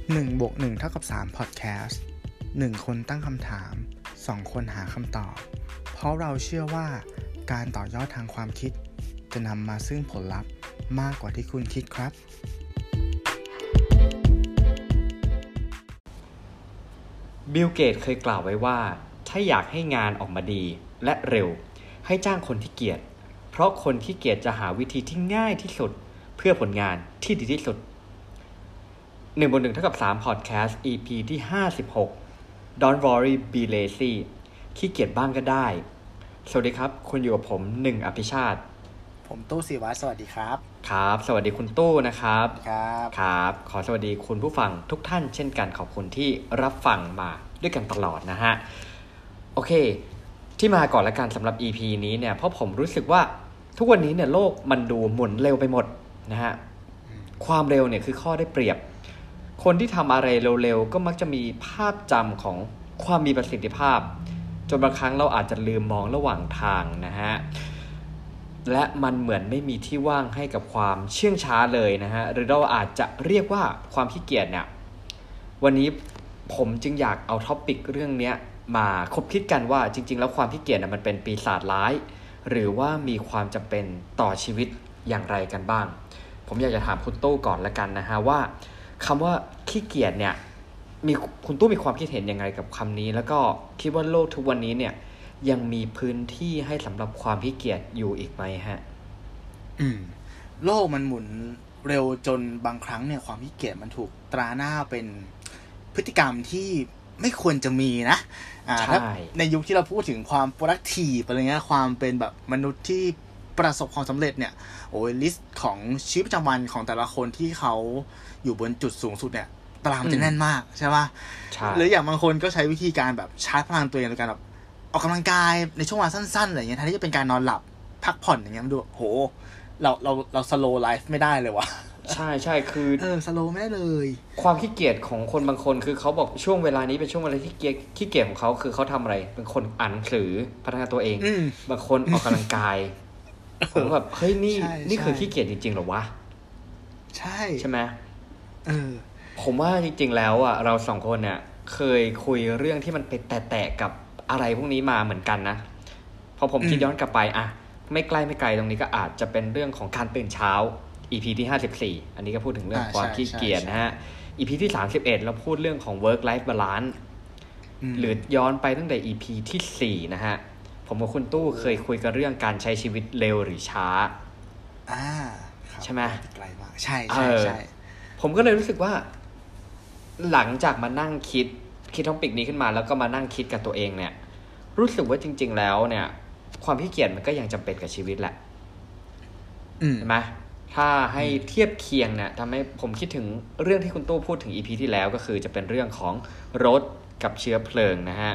1+1=3 Podcast 1 คนตั้งคำถาม2 คนหาคำตอบเพราะเราเชื่อว่าการต่อยอดทางความคิดจะนำมาซึ่งผลลัพธ์มากกว่าที่คุณคิดครับบิล เกตส์เคยกล่าวไว้ว่าถ้าอยากให้งานออกมาดีและเร็วให้จ้างคนที่เกียจเพราะคนที่เกียจจะหาวิธีที่ง่ายที่สุดเพื่อผลงานที่ดีที่สุด1+1=3 Podcast EP ที่56 Don't worry be lazy ขี้เกียจบ้างก็ได้สวัสดีครับคุณอยู่กับผม1 อภิชาติผมตู้ศิวะสวัสดีครับครับสวัสดีคุณตู้นะครับครับขอสวัสดีคุณผู้ฟังทุกท่านเช่นกันขอบคุณที่รับฟังมาด้วยกันตลอดนะฮะโอเคที่มาก่อนละกันสำหรับ EP นี้เนี่ยเพราะผมรู้สึกว่าทุกวันนี้เนี่ยโลกมันดูหมุนเร็วไปหมดนะฮะความเร็วเนี่ยคือข้อได้เปรียบคนที่ทำอะไรเร็วๆก็มักจะมีภาพจำของความมีประสิทธิภาพจนบางครั้งเราอาจจะลืมมองระหว่างทางนะฮะและมันเหมือนไม่มีที่ว่างให้กับความเชื่องช้าเลยนะฮะหรือเราอาจจะเรียกว่าความขี้เกียจเนี่ยวันนี้ผมจึงอยากเอาท็อปิกเรื่องนี้มาคบคิดกันว่าจริงๆแล้วความขี้เกียจมันเป็นปีศาจร้ายหรือว่ามีความจำเป็นต่อชีวิตอย่างไรกันบ้างผมอยากจะถามคุณตู้ก่อนละกันนะฮะว่าคำว่าขี้เกียจเนี่ยคุณตู้มีความคิดเห็นยังไงกับคำนี้แล้วก็คิดว่าโลกทุกวันนี้เนี่ยยังมีพื้นที่ให้สำหรับความขี้เกียจอยู่อีกไหมฮะโลกมันหมุนเร็วจนบางครั้งเนี่ยความขี้เกียจมันถูกตราหน้าเป็นพฤติกรรมที่ไม่ควรจะมีนะในยุคที่เราพูดถึงความ productive อะไรเงี้ยความเป็นแบบมนุษย์ที่ประสบความสำเร็จเนี่ยโอ้ยลิสต์ของชีวิตประจำวันของแต่ละคนที่เขาอยู่บนจุดสูงสุดเนี่ยตารางจะแน่นมากใช่ป่ะหรืออย่างบางคนก็ใช้วิธีการแบบชาร์จพลังตัวเองโดยการแบบออกกำลังกายในช่วงเวลาสั้นๆอะไรเงี้ยแทนที่จะเป็นการนอนหลับพักผ่อนอย่างเงี้ยมันดูโหเราสโลว์ไลฟ์ไม่ได้เลยวะใช่คือสโลว์ไม่ได้เลยความขี้เกียจของคนบางคนคือเขาบอกช่วงเวลานี้เป็นช่วงเวลาที่ขี้เกียจของเขาคือเขาทำอะไรเป็นคนอ่านหนังสือพัฒนาตัวเองบางคนออกกำลังกายผมแบบเฮ้ยนี่คือขี้เกียจจริงๆหรอวะใช่ไหมผมว่าจริงๆแล้วอ่ะเราสองคนเนี่ยเคยคุยเรื่องที่มันเป็นแตะกับอะไรพวกนี้มาเหมือนกันนะพอผมคิดย้อนกลับไปอ่ะไม่ใกล้ไม่ไกลตรงนี้ก็อาจจะเป็นเรื่องของการตื่นเช้า EP ที่54อันนี้ก็พูดถึงเรื่องความขี้เกียจนะฮะ EP ที่31เราพูดเรื่องของ work life balance หรือย้อนไปตั้งแต่ EP ที่4นะฮะผมกับคุณตู้เคยคุยกันเรื่องการใช้ชีวิตเร็วหรือช้าใช่ไหมไกลมากใช่ผมก็เลยรู้สึกว่าหลังจากมานั่งคิดท็อปิกนี้ขึ้นมาแล้วก็มานั่งคิดกับตัวเองเนี่ยรู้สึกว่าจริงๆแล้วเนี่ยความขี้เกียจมันก็ยังจำเป็นกับชีวิตแหละใช่ไหมถ้าให้เทียบเคียงเนี่ยทำให้ผมคิดถึงเรื่องที่คุณตู้พูดถึง EP ที่แล้วก็คือจะเป็นเรื่องของรถกับเชื้อเพลิงนะฮะ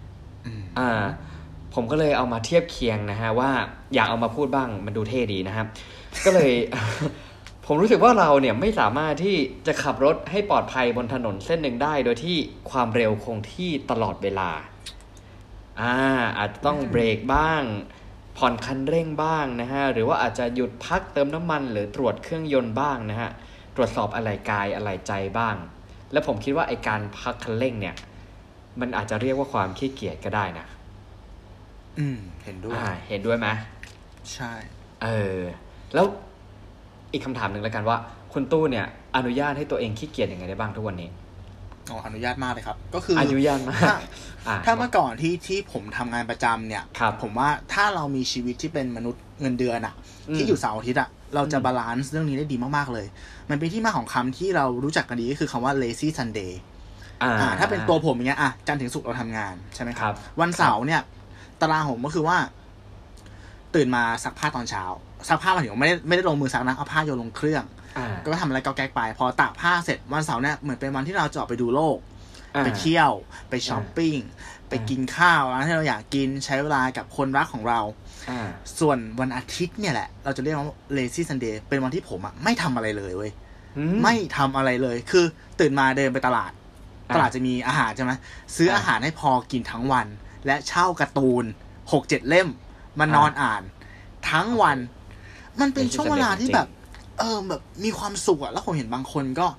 ผมก็เลยเอามาเทียบเคียงนะฮะว่าอยากเอามาพูดบ้างมันดูเท่ดีนะครับก็เลย ผมรู้สึกว่าเราเนี่ยไม่สามารถที่จะขับรถให้ปลอดภัยบนถนนเส้นหนึ่งได้โดยที่ความเร็วคงที่ตลอดเวลาอาจจะต้องเบรกบ้างผ่อนคันเร่งบ้างนะฮะหรือว่าอาจจะหยุดพักเติมน้ำมันหรือตรวจเครื่องยนต์บ้างนะฮะตรวจสอบอะไหล่กายอะไหล่ใจบ้างแล้วผมคิดว่าไอ้การพักคันเร่งเนี่ยมันอาจจะเรียกว่าความขี้เกียจก็ได้นะเห็นด้วยไหมใช่แล้วอีกคำถามหนึ่งแล้วกันว่าคุณตู้เนี่ยอนุญาตให้ตัวเองขี้เกียจยังไงได้บ้างทุกวันนี้อนุญาตมากเลยครับก็คืออนุญาตมากถ้าเมื่อก่อนที่ผมทำงานประจำเนี่ยผมว่าถ้าเรามีชีวิตที่เป็นมนุษย์เงินเดือนอะที่อยู่เสาร์อาทิตย์อะเราจะบาลานซ์เรื่องนี้ได้ดีมากๆเลยมันเป็นที่มาของคำที่เรารู้จักกันดีก็คือคำว่า lazy Sunday ถ้าเป็นตัวผมอย่างเงี้ยจันทร์ถึงศุกร์เราทำงานใช่ไหมครับวันเสาร์เนี่ยตารางผมก็คือว่าตื่นมาซักผ้าตอนเช้าซักผ้ามาถึงไม่ได้ลงมือซักนะเอาผ้าโยนลงเครื่องก็ทำอะไรก็แก๊กไปพอตากผ้าเสร็จวันเสาร์เนี่ยเหมือนเป็นวันที่เราจะออกไปดูโลกไปเที่ยวไปช้อปปิ้งไปกินข้าวร้านที่เราอยากกินใช้เวลากับคนรักของเราส่วนวันอาทิตย์เนี่ยแหละเราจะเรียกว่า lazy Sunday เป็นวันที่ผมไม่ทำอะไรเลยเว้ยไม่ทำอะไรเลยคือตื่นมาเดินไปตลาดจะมีอาหารใช่ไหมซื้ออาหารให้พอกินทั้งวันและเช่าการ์ตูน 6-7 เล่มมานอนอ่านทั้งวันมันเป็นช่วงเวลาที่แบบแบบมีความสุขแล้วผมเห็นบางคนก็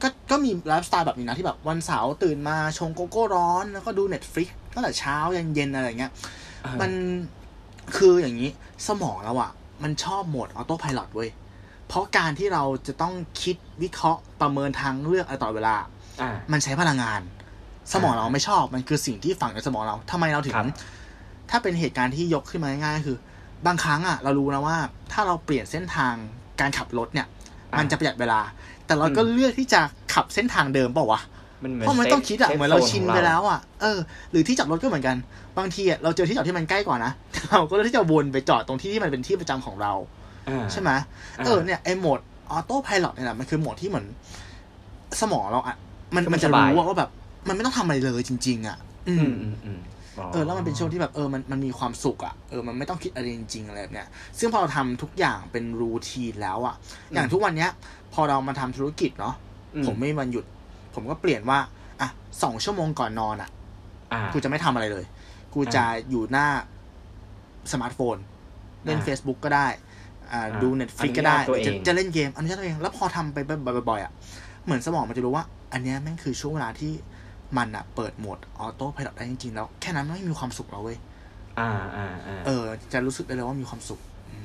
ก็มีไลฟ์สไตล์แบบนี้นะที่แบบวันเสาร์ตื่นมาชงโกโก้ร้อนแล้วก็ดู Netflix ตั้งแต่เช้ายันเย็นอะไรเงี้ยมันคืออย่างนี้สมองเราอ่ะมันชอบโหมดออโต้ไพลอตเว้ยเพราะการที่เราจะต้องคิดวิเคราะห์ประเมินทางเลือกอะไรตลอดเวลามันใช้พลังงานสมองเราไม่ชอบมันคือสิ่งที่ฝังในสมองเราทำไมเราถึงถ้าเป็นเหตุการณ์ที่ยกขึ้นมาง่ายๆคือบางครั้งอ่ะเรารู้นะว่าถ้าเราเปลี่ยนเส้นทางการขับรถเนี่ยมันจะประหยัดเวลาแต่เราก็เลือกที่จะขับเส้นทางเดิมเปล่าวะเพราะมันต้องคิดอ่ะเหมือนเราชินไปแล้วอ่ะหรือที่จอดรถก็เหมือนกันบางทีอ่ะเราเจอที่จอดที่มันใกล้กว่านะเราก็เลือกที่จะวนไปจอดตรงที่มันเป็นที่ประจำของเราใช่ไหมเนี่ยไอ้โหมดออโต้ไพลอตเนี่ยนะมันคือโหมดที่เหมือนสมองเราอ่ะมันจะรู้ว่าแบบมันไม่ต้องทำอะไรเลยจริงๆอ่ะแล้วมันเป็นช่วงที่แบบมันมีความสุขอ่ะมันไม่ต้องคิดอะไรจริงๆอะไรแบบเนี้ยซึ่งพอเราทำทุกอย่างเป็นรูทีนแล้วอ่ะอย่างทุกวันเนี้ยพอเรามาทำธุรกิจเนาะผมไม่มีวันหยุดผมก็เปลี่ยนว่า2 ชั่วโมงก่อนนอนกูจะไม่ทำอะไรเลยกูจะอยู่หน้าสมาร์ทโฟนเล่น Facebook ก็ได้ดู Netflix ก็ได้จะเล่นเกมอนุญาตตัวเองแล้วพอทำไปบ่อยๆเหมือนสมองมันจะรู้ว่าอันนี้แม่งคือช่วงเวลาที่มันเปิดโหมดออโต้ไพลอตได้จริงๆแล้วแค่นั้นไม่มีความสุขแล้วเว้ยจะรู้สึกได้เลยว่ามีความสุข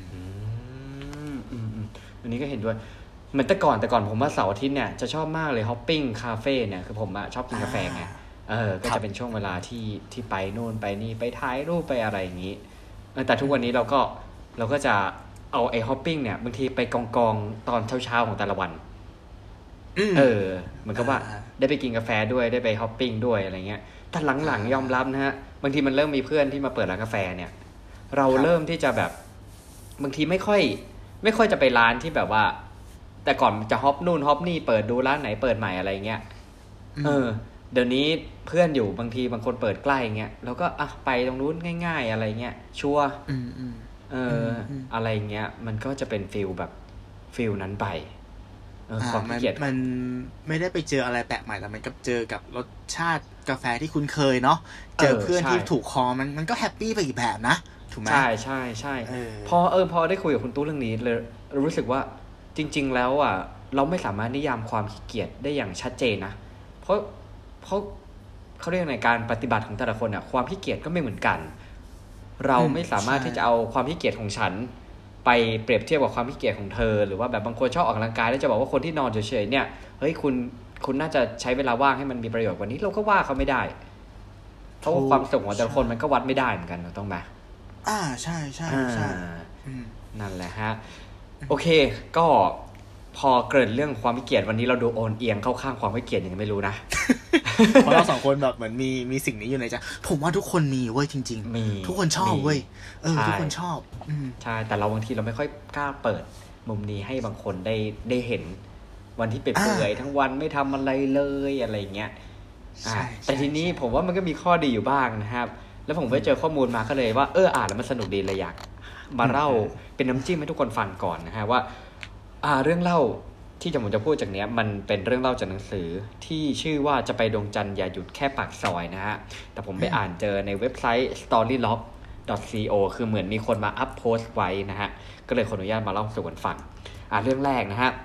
อันนี้ก็เห็นด้วยเหมือนแต่ก่อนผมว่าเสาร์อาทิตย์เนี่ยจะชอบมากเลยฮอปปิ้งคาเฟ่เนี่ยคือผมชอบกินกาแฟไงก็จะเป็นช่วงเวลาที่ไปโน่นไปนี่ไปถ่ายรูปไปอะไรอย่างนี้แต่ทุกวันนี้เราก็จะเอาไอ้ฮอปปิ้งเนี่ยบางทีไปกองตอนเช้าของแต่ละวันเหมือนกับว่าได้ไปกินกาแฟด้วยได้ไปฮอปปิ้งด้วยอะไรเงี้ยแต่หลังๆยอมรับนะฮะบางทีมันเริ่มมีเพื่อนที่มาเปิดร้านกาแฟเนี่ยเราเริ่มที่จะแบบบางทีไม่ค่อยจะไปร้านที่แบบว่าแต่ก่อนจะฮอปนู่นฮอปนี่เปิดดูร้านไหนเปิดใหม่อะไรเงี้ยเดี๋ยวนี้เพื่อนอยู่บางทีบางคนเปิดใกล้เงี้ยเราก็ไปตรงนู้นง่ายๆอะไรเงี้ยชัวร์อะไรเงี้ยมันก็จะเป็นฟิลนั้นไปความขี้เกียจมันไม่ได้ไปเจออะไรแปลกใหม่แต่มันก็เจอกับรสชาติกาแฟที่คุ้นเคยเนาะเจอเพื่อนที่ถูกคอมันก็แฮปปี้ไปอีกแบบนะถูกไหมใช่พอได้คุยกับคุณตู้เรื่องนี้เลยรู้สึกว่าจริงๆแล้วเราไม่สามารถนิยามความขี้เกียจได้อย่างชัดเจนนะเพราะเขาเรียกในการปฏิบัติของแต่ละคนความขี้เกียจก็ไม่เหมือนกันเราไม่สามารถที่จะเอาความขี้เกียจของฉันไปเปรียบเทียบกับความขี้เกียจของเธอหรือว่าแบบบางคนชอบออกกำลังกายแล้วจะบอกว่าคนที่นอนเฉยๆเนี่ยเฮ้ยคุณน่าจะใช้เวลาว่างให้มันมีประโยชน์กว่านี้เราก็ว่าเขาไม่ได้เพราะว่าความสุขของแต่ละคนมันก็วัดไม่ได้เหมือนกันต้องไหมใช่นั่นแหละฮะโอเคก็พอเกริ่นเรื่องความขี้เกียจวันนี้เราดูโอนเอียงเข้าข้างความขี้เกียจยังไม่รู้นะเพราะเราสองคนแบบเหมือนมีสิ่งนี้อยู่ในใจผมว่าทุกคนมีเว้ยจริงๆทุกคนชอบเว้ยทุกคนชอบใช่แต่เราบางทีเราไม่ค่อยกล้าเปิดมุมนี้ให้บางคนได้เห็นวันที่เปื่อยทั้งวันไม่ทำอะไรเลยอะไรเงี้ยแต่ทีนี้ผมว่ามันก็มีข้อดีอยู่บ้างนะครับแล้วผมไปเจอข้อมูลมาก็เลยว่าอ่านแล้วมันสนุกดีเลยอยากมาเล่าเป็นน้ำจิ้มให้ทุกคนฟังก่อนนะฮะว่าเรื่องเล่าที่ผมจะพูดจากเนี้ยมันเป็นเรื่องเล่าจากหนังสือที่ชื่อว่าจะไปดวงจันทร์อย่าหยุดแค่ปากซอยนะฮะแต่ผมไปอ่านเจอในเว็บไซต์ storylog.co คือเหมือนมีคนมาอัพโพสต์ไว้นะฮะก็เลยขออนุญาตมาเล่าสู่กันฟังเรื่องแรกนะฮะ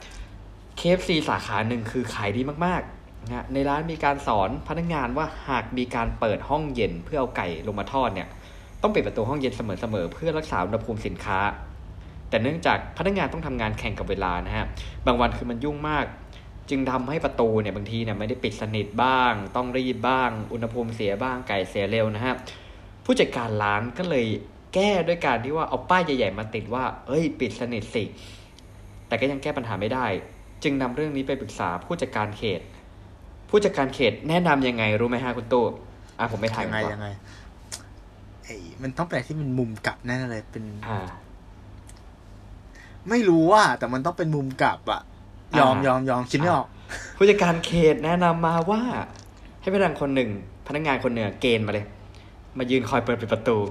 KFC สาขาหนึ่งคือขายดีมากๆนะในร้านมีการสอนพนักงานว่าหากมีการเปิดห้องเย็นเพื่อเอาไก่ลงมาทอดเนี่ยต้องปิดประตูห้องเย็นเสมอๆเพื่อรักษาอุณหภูมิสินค้าแต่เนื่องจากพนักงานต้องทำงานแข่งกับเวลานะฮะบางวันคือมันยุ่งมากจึงทำให้ประตูเนี่ยบางทีเนี่ยไม่ได้ปิดสนิทบ้างต้องรีบบ้างอุณหภูมิเสียบ้างไก่เสียเร็วนะฮะผู้จัดการร้านก็เลยแก้ด้วยการที่ว่าเอาป้ายใหญ่ๆมาติดว่าปิดสนิทสิแต่ก็ยังแก้ปัญหาไม่ได้จึงนำเรื่องนี้ไปปรึกษาผู้จัดการเขตแนะนำยังไงรู้ไหมฮะคุณตู้ผมไม่ถ่ายยังไงมันต้องแปลที่เป็นมุมกลับแน่เลยเป็นไม่รู้แต่มันต้องเป็นมุมกลับยอมคิดไม่ออกผู้จัดการเขตแนะนำมาว่าให้พนักงานคนหนึ่งเกณฑ์มาเลยมายืนคอยเปิดปิดประตู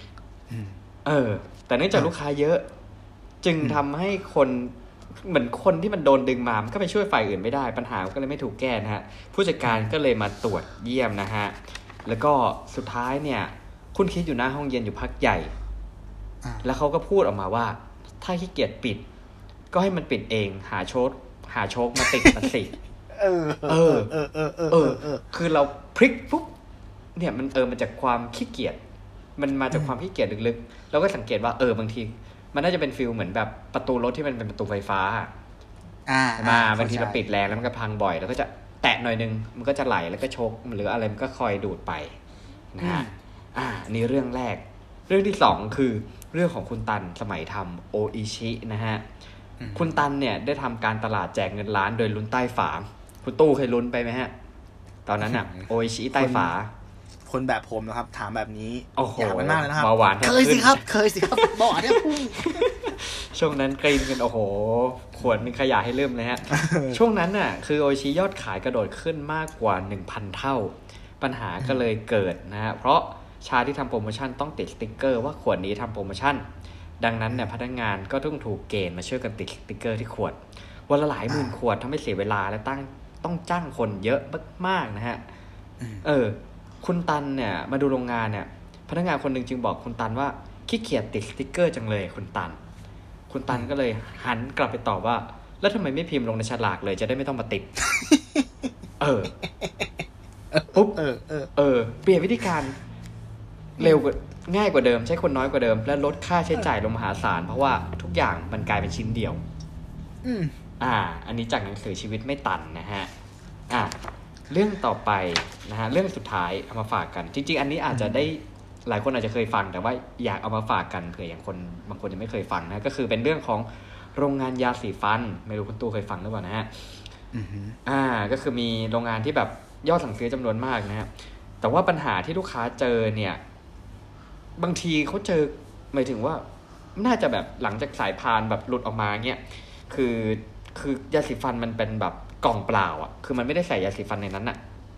แต่เนื่องจากลูกค้าเยอะจึงทำให้คนเหมือนคนที่มันโดนดึงมามันก็ไปช่วยฝ่ายอื่นไม่ได้ปัญหาก็เลยไม่ถูกแก้นะฮะผู้จัดการก็เลยมาตรวจเยี่ยมนะฮะแล้วก็สุดท้ายเนี่ยคุณคิดอยู่หน้าห้องเย็นอยู่พักใหญ่แล้วเขาก็พูดออกมาว่าถ้าขี้เกียจปิดก็ให้มันปิดเองหาโชคมาติดมันสิคือเราพลิกปุ๊บเนี่ยมันมาจากความขี้เกียจมันมาจากความขี้เกียจลึกๆเราก็สังเกตว่าบางทีมันน่าจะเป็นฟีลเหมือนแบบประตูรถที่มันเป็นประตูไฟฟ้ามาบางทีเราปิดแรงแล้วมันก็พังบ่อยแล้วก็จะแตะหน่อยนึงมันก็จะไหลแล้วก็ชกหรืออะไรมันก็คอยดูดไปนะฮะนี่เรื่องแรกเรื่องที่2คือเรื่องของคุณตันสมัยทำโออิชินะฮะคุณตันเนี่ยได้ทำการตลาดแจกเงินล้านโดยลุ้นใต้ฝาคุณตู้เคยลุ้นไปไหมฮะตอนนั้นอ่ะโออิชิใต้ฝาคนแบบผมนะครับถามแบบนี้อยากมันมากเลยนะครับเบาหวานเคยสิครับเบาหวานเนี่ยพุ่งช่วงนั้นกรีนกันขวดนึงขยะให้เริ่มเลยฮะ ช่วงนั้นน่ะคือโออิชิยอดขายกระโดดขึ้นมากกว่า 1,000 เท่าปัญหาก็เลยเกิดนะฮะเพราะชาที่ทำโปรโมชั่นต้องติดสติ๊กเกอร์ว่าขวดนี้ทำโปรโมชั่นดังนั้นเนี่ยพนักงานก็ต้องถูกเกณฑ์มาช่วยกันติดสติ๊กเกอร์ที่ขวดวันละหลายหมื่นขวดทำให้เสียเวลาและต้องจ้างคนเยอะมากๆนะฮะคุณตันเนี่ยมาดูโรงงานเนี่ยพนักงานคนหนึ่งจึงบอกคุณตันว่าขี้เกียจติดสติ๊กเกอร์จังเลยคุณตันก็เลยหันกลับไปตอบว่าแล้วทำไมไม่พิมพ์ลงในฉลากเลยจะได้ไม่ต้องมาติดปุ๊บเปลี่ยนวิธีการเร็วกว่าง่ายกว่าเดิมใช้คนน้อยกว่าเดิมและลดค่าใช้จ่ายลงมหาศาลเพราะว่าทุกอย่างมันกลายเป็นชิ้นเดียวอันนี้จากหนังสือชีวิตไม่ตันนะฮะเรื่องต่อไปนะฮะเรื่องสุดท้ายเอามาฝากกันจริงๆอันนี้อาจจะได้หลายคนอาจจะเคยฟังแต่ว่าอยากเอามาฝากกันเผื่ออย่างคนบางคนยังไม่เคยฟังนะก็คือเป็นเรื่องของโรงงานยาสีฟันไม่รู้คุณตู้เคยฟังหรือเปล่านะฮะก็คือมีโรงงานที่แบบยอดสั่งซื้อจำนวนมากนะฮะแต่ว่าปัญหาที่ลูกค้าเจอเนี่ยบางทีเขาเจอหมายถึงว่าน่าจะแบบหลังจากสายพานแบบหลุดออกมาเนี่ยคือยาสีฟันมันเป็นแบบกล่องเปล่าอ่ะคือมันไม่ได้ใส่ยาสีฟันในนั้นอ่ะ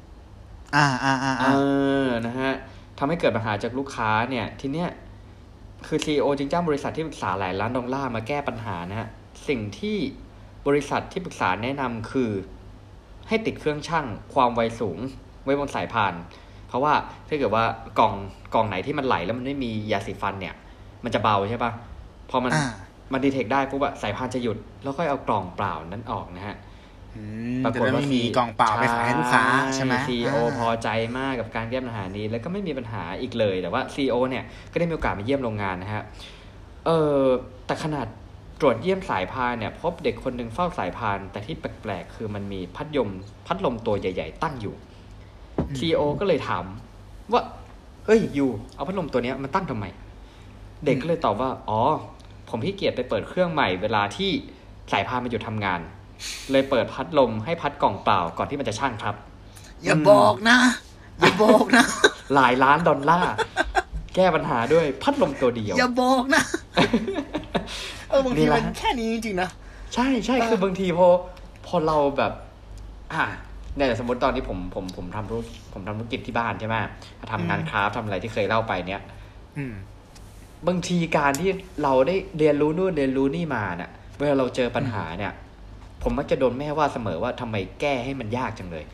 นะฮะทำให้เกิดปัญหาจากลูกค้าเนี่ยทีเนี้ยคือ CEO จึงจ้างบริษัทที่ปรึกษาหลายล้านดอลลาร์มาแก้ปัญหานะฮะสิ่งที่บริษัทที่ปรึกษาแนะนำคือให้ติดเครื่องชั่งความไวสูงไว้บนสายพานเพราะว่าถ้าเกิดว่ากล่องไหนที่มันไหลแล้วมันไม่มียาสีฟันเนี่ยมันจะเบาใช่ป่ะพอมันดีเทคได้ปุ๊บอะสายพานจะหยุดแล้วค่อยเอากล่องเปล่านั้นออกนะฮะปรากฏว่ามีกล่องเปล่าไปขายให้ลูกค้าใช่ไหม CEO พอใจมากกับการแก้ปัญหานี้แล้วก็ไม่มีปัญหาอีกเลยแต่ว่า CEO เนี่ยก็ได้มีโอกาสมาเยี่ยมโรงงานนะฮะแต่ขนาดตรวจเยี่ยมสายพานเนี่ยพบเด็กคนหนึ่งเฝ้าสายพานแต่ที่แปลกๆคือมันมีพัดลมตัวใหญ่ๆตั้งอยู่ CEO ก็เลยถามว่าเฮ้ยยูเอาพัดลมตัวนี้มันตั้งทำไมเด็กก็เลยตอบว่าอ๋อผมขี้เกียจไปเปิดเครื่องใหม่เวลาที่สายพานมันหยุดทำงานเลยเปิดพัดลมให้พัดกล่องเปล่าก่อนที่มันจะชั่งครับอย่าบอกนะหลายล้านดอลลาร์แก้ปัญหาด้วยพัดลมตัวเดียวอย่าบอกนะบางทีมันแค่นี้จริงๆนะใช่คือบางทีพอเราแบบเนี่ยสมมติตอนนี้ผมทำธุรกิจที่บ้านใช่ไหมทำงานคราฟทำอะไรที่เคยเล่าไปเนี่ยบางทีการที่เราได้เรียนรู้นู่นเรียนรู้นี่มาเนี่ยเวลาเราเจอปัญหาเนี่ยผมมักจะโดนแม่ว่าเสมอว่าทำไมแก้ให้มันยากจังเลย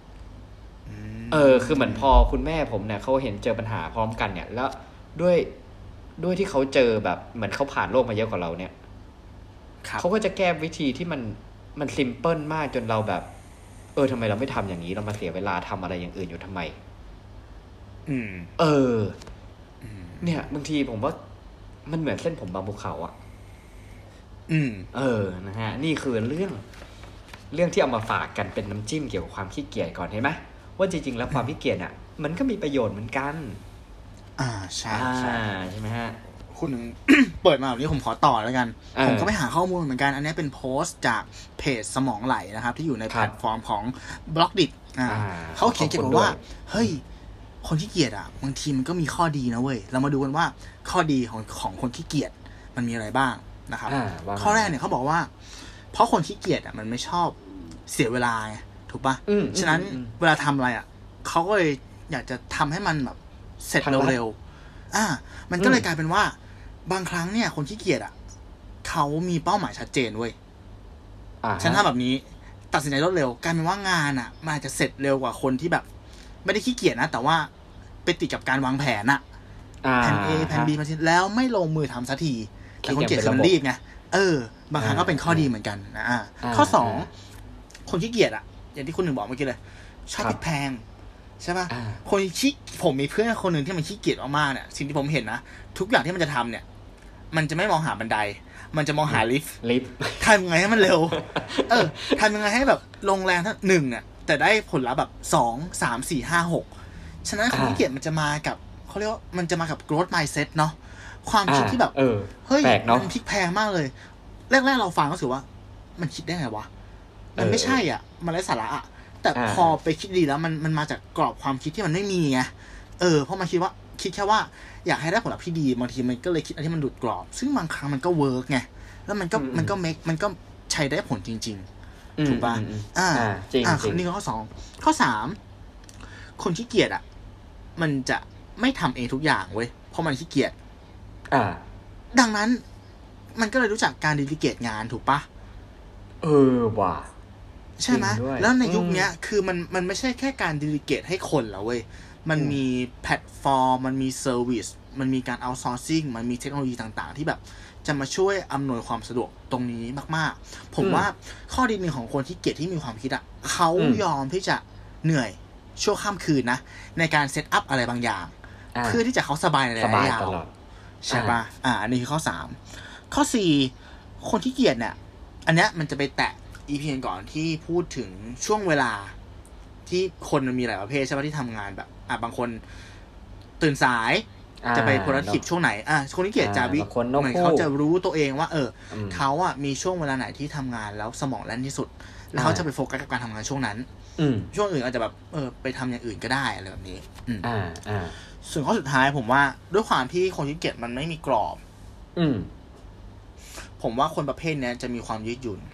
คือเหมือนพอคุณแม่ผมเนี่ยเขาเห็นเจอปัญหาพร้อมกันเนี่ยแล้วด้วยที่เขาเจอแบบเหมือนเขาผ่านโลกมาเยอะกว่าเราเนี่ยเขาก็จะแก้วิธีที่มันซิมเพิลมากจนเราแบบทำไมเราไม่ทำอย่างนี้เรามาเสียเวลาทำอะไรอย่างอื่นอยู่ทำไมเนี่ยบางทีผมว่ามันเหมือนเส้นผมบางภูเขาอ่ะนะฮะนี่คือเรื่องที่เอามาฝากกันเป็นน้ำจิ้มเกี่ยวกับความขี้เกียจก่อนเห็นไหมว่าจริงๆแล้วความขี้เกียจอ่ะมันก็มีประโยชน์เหมือนกันใช่ใช่ไหมฮะคุณ เปิดมาแบบนี้ผมขอต่อแล้วกันผมก็ไปหาข้อมูลเหมือนกันอันนี้เป็นโพสต์จากเพจสมองไหลนะครับที่อยู่ในแพลตฟอร์มของบล็อกดิเขาเขียนเกี่ยวกับว่าเฮ้ยคนขี้เกียจอ่ะบางทีมันก็มีข้อดีนะเว้ยเรามาดูกันว่าข้อดีของคนขี้เกียจมันมีอะไรบ้างนะครับข้อแรกเนี่ยเขาบอกว่าเพราะคนขี้เกียจอ่ะมันไม่ชอบเสียเวลาถูกป่ะฉะนั้นเวลาทำอะไรอ่ะเขาก็เลยอยากจะทำให้มันแบบเสร็จเร็วๆมันก็เลยกลายเป็นว่าบางครั้งเนี่ยคนขี้เกียจอ่ะเขามีเป้าหมายชัดเจนเว้ยฉันทำแบบนี้ตัดสินใจรวดเร็วกลายเป็นว่างานอ่ะมันอาจจะเสร็จเร็วกว่าคนที่แบบไม่ได้ขี้เกียจนะแต่ว่าไปติดกับการวางแผนอ่ะแผน A แผน B มาทีแล้วไม่ลงมือทำสักทีแต่คนขี้เกียจมันรีบไงบางครั้งก็เป็นข้อดีเหมือนกันนะข้อ2คนขี้เกียจอ่ะอย่างที่คุณหนึ่งบอกเมื่อกี้เลยชอบพริกแพงใช่ป่ะคนขี้ผมมีเพื่อนคนหนึ่งที่มันขี้เกียจมากๆเนี่ยสิ่งที่ผมเห็นนะทุกอย่างที่มันจะทำเนี่ยมันจะไม่มองหาบันไดมันจะมองหาลิฟต์ทำยังไงให้มันเร็วทำยังไงให้แบบลงแรงทั้งหนึ่งอ่ะแต่ได้ผลลัพธ์แบบ2 3 4 5 6ฉะนั้นคนขี้เกียจมันจะมากับเขาเรียกว่ามันจะมากับ growth mindset เนาะความคิดที่แบบเฮ้ยมันพลิกแพงมากเลยแรกๆเราฟังก็รู้สึกว่ามันคิดได้ไงวะมันไม่ใช่อ่ะมันไร้สาระอ่ะแต่พอไปคิดดีแล้วมันมาจากกรอบความคิดที่มันไม่มีไงเพราะมันคิดแค่ว่าอยากให้ได้ผลลัพธ์ที่ดีบางทีมันก็เลยคิดอะไรที่มันหลุดกรอบซึ่งบางครั้งมันก็เวิร์กไงแล้วมันก็ใช้ได้ผลจริงๆถูกป่ะจริงนี่ข้อ2ข้อ3คนขี้เกียจอ่ะมันจะไม่ทำเองทุกอย่างเว้ยเพราะมันขี้เกียจดังนั้นมันก็เลยรู้จักการดีลิเกตงานถูกป่ะว่ะใช่ไหมแล้วในยุคนี้คือมันไม่ใช่แค่การดีลิเกตให้คนแล้วเว้ยมันมีแพลตฟอร์มมันมีเซอร์วิสมันมีการเอาท์ซอร์ซิ่งมันมีเทคโนโลยีต่างๆที่แบบจะมาช่วยอำนวยความสะดวกตรงนี้มากๆผมว่าข้อดีหนึ่งของคนที่เกียจที่มีความคิดอ่ะเขายอมที่จะเหนื่อยชั่วข้ามคืนนะในการเซตอัพอะไรบางอย่างเพื่อที่จะเขาสบายในระยะยาวใช่ป่ะอันนี้คือข้อ3ข้อ4คนที่เกียจเนี่ยอันเนี้ยมันจะไปแตะEP ก่อนที่พูดถึงช่วงเวลาที่คนมันมีหลายประเภทใช่ป่ะที่ทำงานแบบบางคนตื่นสายจะไป productive ช่วงไหนคนที่เกียจจะเหมือนเขาจะรู้ตัวเองว่าเขามีช่วงเวลาไหนที่ทำงานแล้วสมองแล่นที่สุดแล้วเขาจะไปโฟกัสกับการทำงานช่วงนั้นช่วงอื่นอาจจะแบบไปทำอย่างอื่นก็ได้อะไรแบบนี้ส่วนข้อสุดท้ายผมว่าด้วยความที่คนที่เกียจมันไม่มีกรอบผมว่าคนประเภทนี้จะมีความยืดหยุ่น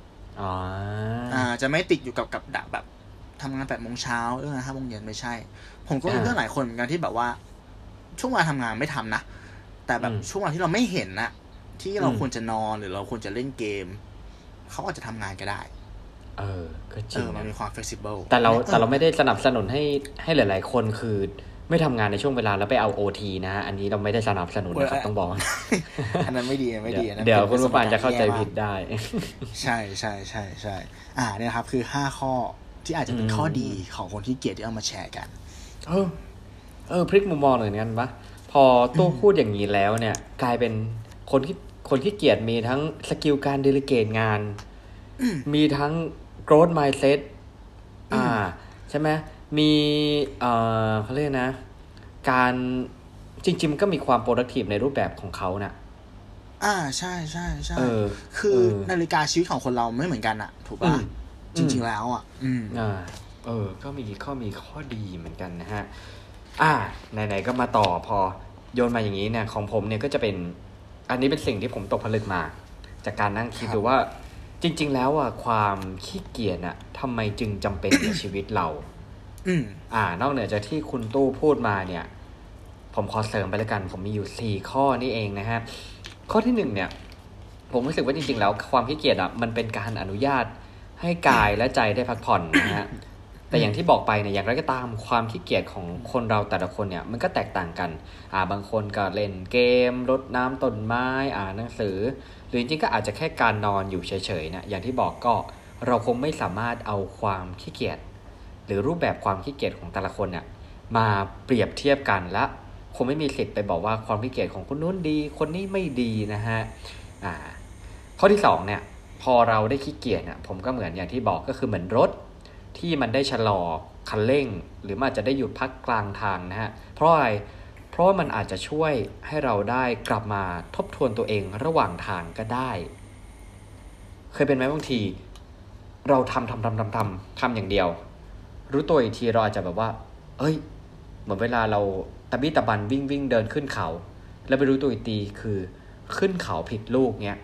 จะไม่ติดอยู่กับดักแบบทำงาน8 โมงเช้าเรื่อง5 โมงเย็นไม่ใช่ผมก็มีเพื่อนหลายคนเหมือนกันที่แบบว่าช่วงเวลาทำงานไม่ทำนะแต่แบบช่วงเวลาที่เราไม่เห็นนะที่เราควรจะนอนหรือเราควรจะเล่นเกมเขาอาจจะทำงานก็ได้ก็จริงมันมีความ flexible แต่เราไม่ได้สนับสนุนให้หลายๆคนคือไม่ทำงานในช่วงเวลาแล้วไปเอา OT นะอันนี้เราไม่ได้สนับสนุนนะครับต้องบอกอันนั้นไม่ดีเดี๋ยวคุณผู้ฟังจะเข้าใจผิดได้ใช่เนี่ยครับคือ5ข้อที่อาจจะเป็นข้อดีของคนที่เกียจที่เอามาแชร์กันพลิกมุมมองหน่อยงั้นปะพอตู้พูดอย่างนี้แล้วเนี่ยกลายเป็นคนที่เกียจมีทั้งสกิลการเดลิเกตงานมีทั้ง growth mindset ใช่ไหมมีเขาเรียกนะการจริงๆมันก็มีความ productive ในรูปแบบของเขาน่ะใช่คือนาฬิกาชีวิตของคนเราไม่เหมือนกันอ่ะถูกป่ะจริงๆแล้วก็มีข้อดีเหมือนกันนะฮะไหนๆก็มาต่อพอโยนมาอย่างนี้เนี่ยของผมเนี่ยก็จะเป็นอันนี้เป็นสิ่งที่ผมตกผลึกมาจากการนั่งคิดดูว่าจริงๆแล้วความขี้เกียจทำไมจึงจำเป็นในชีวิตเรานอกเหนือจากที่คุณตู้พูดมาเนี่ยผมขอเสริมไปแล้วกันผมมีอยู่4ข้อนี่เองนะฮะข้อที่1เนี่ยผมรู้สึกว่าจริงๆแล้วความขี้เกียจมันเป็นการอนุญาตให้กายและใจได้พักผ่อนนะฮะแต่อย่างที่บอกไปเนี่ยอย่างไรก็ตามความขี้เกียจของคนเราแต่ละคนเนี่ยมันก็แตกต่างกันบางคนก็เล่นเกมรดน้ำต้นไม้อ่านหนังสือหรือจริงๆก็อาจจะแค่การนอนอยู่เฉยๆนะอย่างที่บอกก็เราคงไม่สามารถเอาความขี้เกียจหรือรูปแบบความขี้เกียจของแต่ละคนเนี่ยมาเปรียบเทียบกันและคงไม่มีสิทธิ์ไปบอกว่าความขี้เกียจของคนนู้นดีคนนี้ไม่ดีนะฮะข้อที่2เนี่ยพอเราได้ขี้เกียจผมก็เหมือนอย่างที่บอกก็คือเหมือนรถที่มันได้ชะลอคันเร่งหรือมันอาจจะได้หยุดพักกลางทางนะฮะเพราะอะไรเพราะว่ามันอาจจะช่วยให้เราได้กลับมาทบทวนตัวเองระหว่างทางก็ได้เคยเป็นไหมบางทีเราทำอย่างเดียวรู้ตัวอีกทีเราอาจจะแบบว่าเหมือนเวลาเราตะบี้ตะบันวิ่งเดินขึ้นเขาแล้วไปรู้ตัวอีกทีคือขึ้นเขาผิดลูกเนี้ย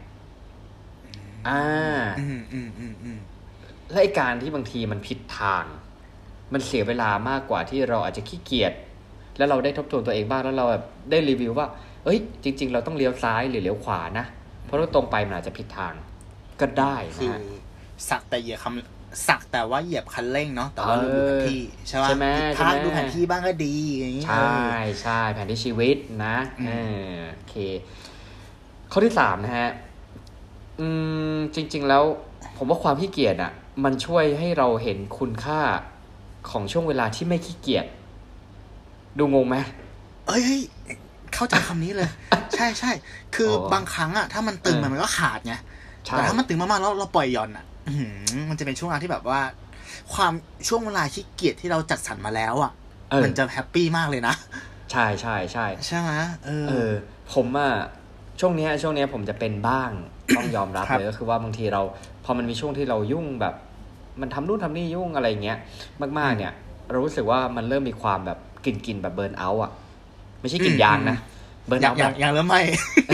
และไอ้การที่บางทีมันผิดทางมันเสียเวลามากกว่าที่เราอาจจะขี้เกียจแล้วเราได้ทบทวนตัวเองบ้างแล้วเราแบบได้รีวิวว่าจริงๆเราต้องเลี้ยวซ้ายหรือเลี้ยวขวานะเพราะว่าตรงไปมันอาจจะผิดทางก็ได้นะคือสักแต่ว่าเหยียบคันเร่งเนาะแต่ว่าดูแผนที่ใช่ไหมถ้าดูแผนที่บ้างก็ดีอย่างนี้ใช่แผนที่ชีวิตนะโอเคข้อที่3นะฮะจริงๆแล้วผมว่าความขี้เกียจมันช่วยให้เราเห็นคุณค่าของช่วงเวลาที่ไม่ขี้เกียจดูงงไหมเอ้ยเข้าใจคำนี้เลย ใช่ใช่คือบางครั้งอะถ้ามันตึงมันก็ขาดไงแต่ถ้ามันตึงมากๆแล้วเราปล่อยหย่อนอะมันจะเป็นช่วงเวลาที่แบบว่าความช่วงเวลาขี้เกียจที่เราจัดสรรมาแล้วอะมันจะแฮปปี้มากเลยนะใช่ใช่ใช่ใช่ไหมผมอะช่วงนี้ผมจะเป็นบ้าง ต้องยอมรับเลยก็คือว่าบางทีเราพอมันมีช่วงที่เรายุ่งแบบมันทำนู่นทำนี่ยุ่งอะไรเงี้ยมากๆเนี่ยเรารู้สึกว่ามันเริ่มมีความแบบกลิ่นแบบเบิร์นเอาท์อ่ะไม่ใช่กลิ่นยางนะเบิร์นเอาท์แบบอย่างเริ่มไม่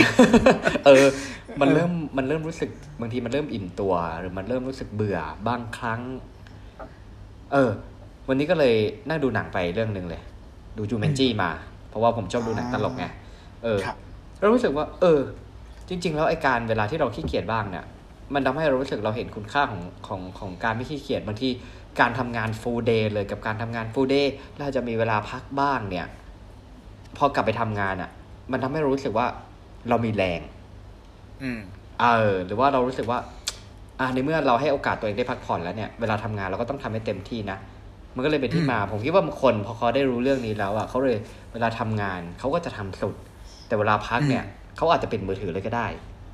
มันเริ่มรู้สึกบางทีมันเริ่มอิ่มตัวหรือมันเริ่มรู้สึกเบื่อบางครั้งวันนี้ก็เลยนั่งดูหนังไปเรื่องนึงเลยดูจูเมนจี้มาเพราะว่าผมชอบดูหนังตลกไงเรารู้สึกว่าจริงๆแล้วไอ้การเวลาที่เราขี้เกียจบ้างเนี่ยมันทำให้เรารู้สึกเราเห็นคุณค่าของการไม่ขี้เกียจบางทีการทำงาน full day เลยกับการทำงาน full day เราจะมีเวลาพักบ้างเนี่ยพอกลับไปทำงานอ่ะมันทำให้เรารู้สึกว่าเรามีแรงหรือว่าเรารู้สึกว่าในเมื่อเราให้โอกาสตัวเองได้พักผ่อนแล้วเนี่ยเวลาทำงานเราก็ต้องทำให้เต็มที่นะมันก็เลยเป็นที่มาผมคิดว่าบางคนพอเขาได้รู้เรื่องนี้แล้วอ่ะเขาเลยเวลาทำงานเขาก็จะทำสุดแต่เวลาพักเนี่ยเขาอาจจะเป็นมือถือเลยก็ได้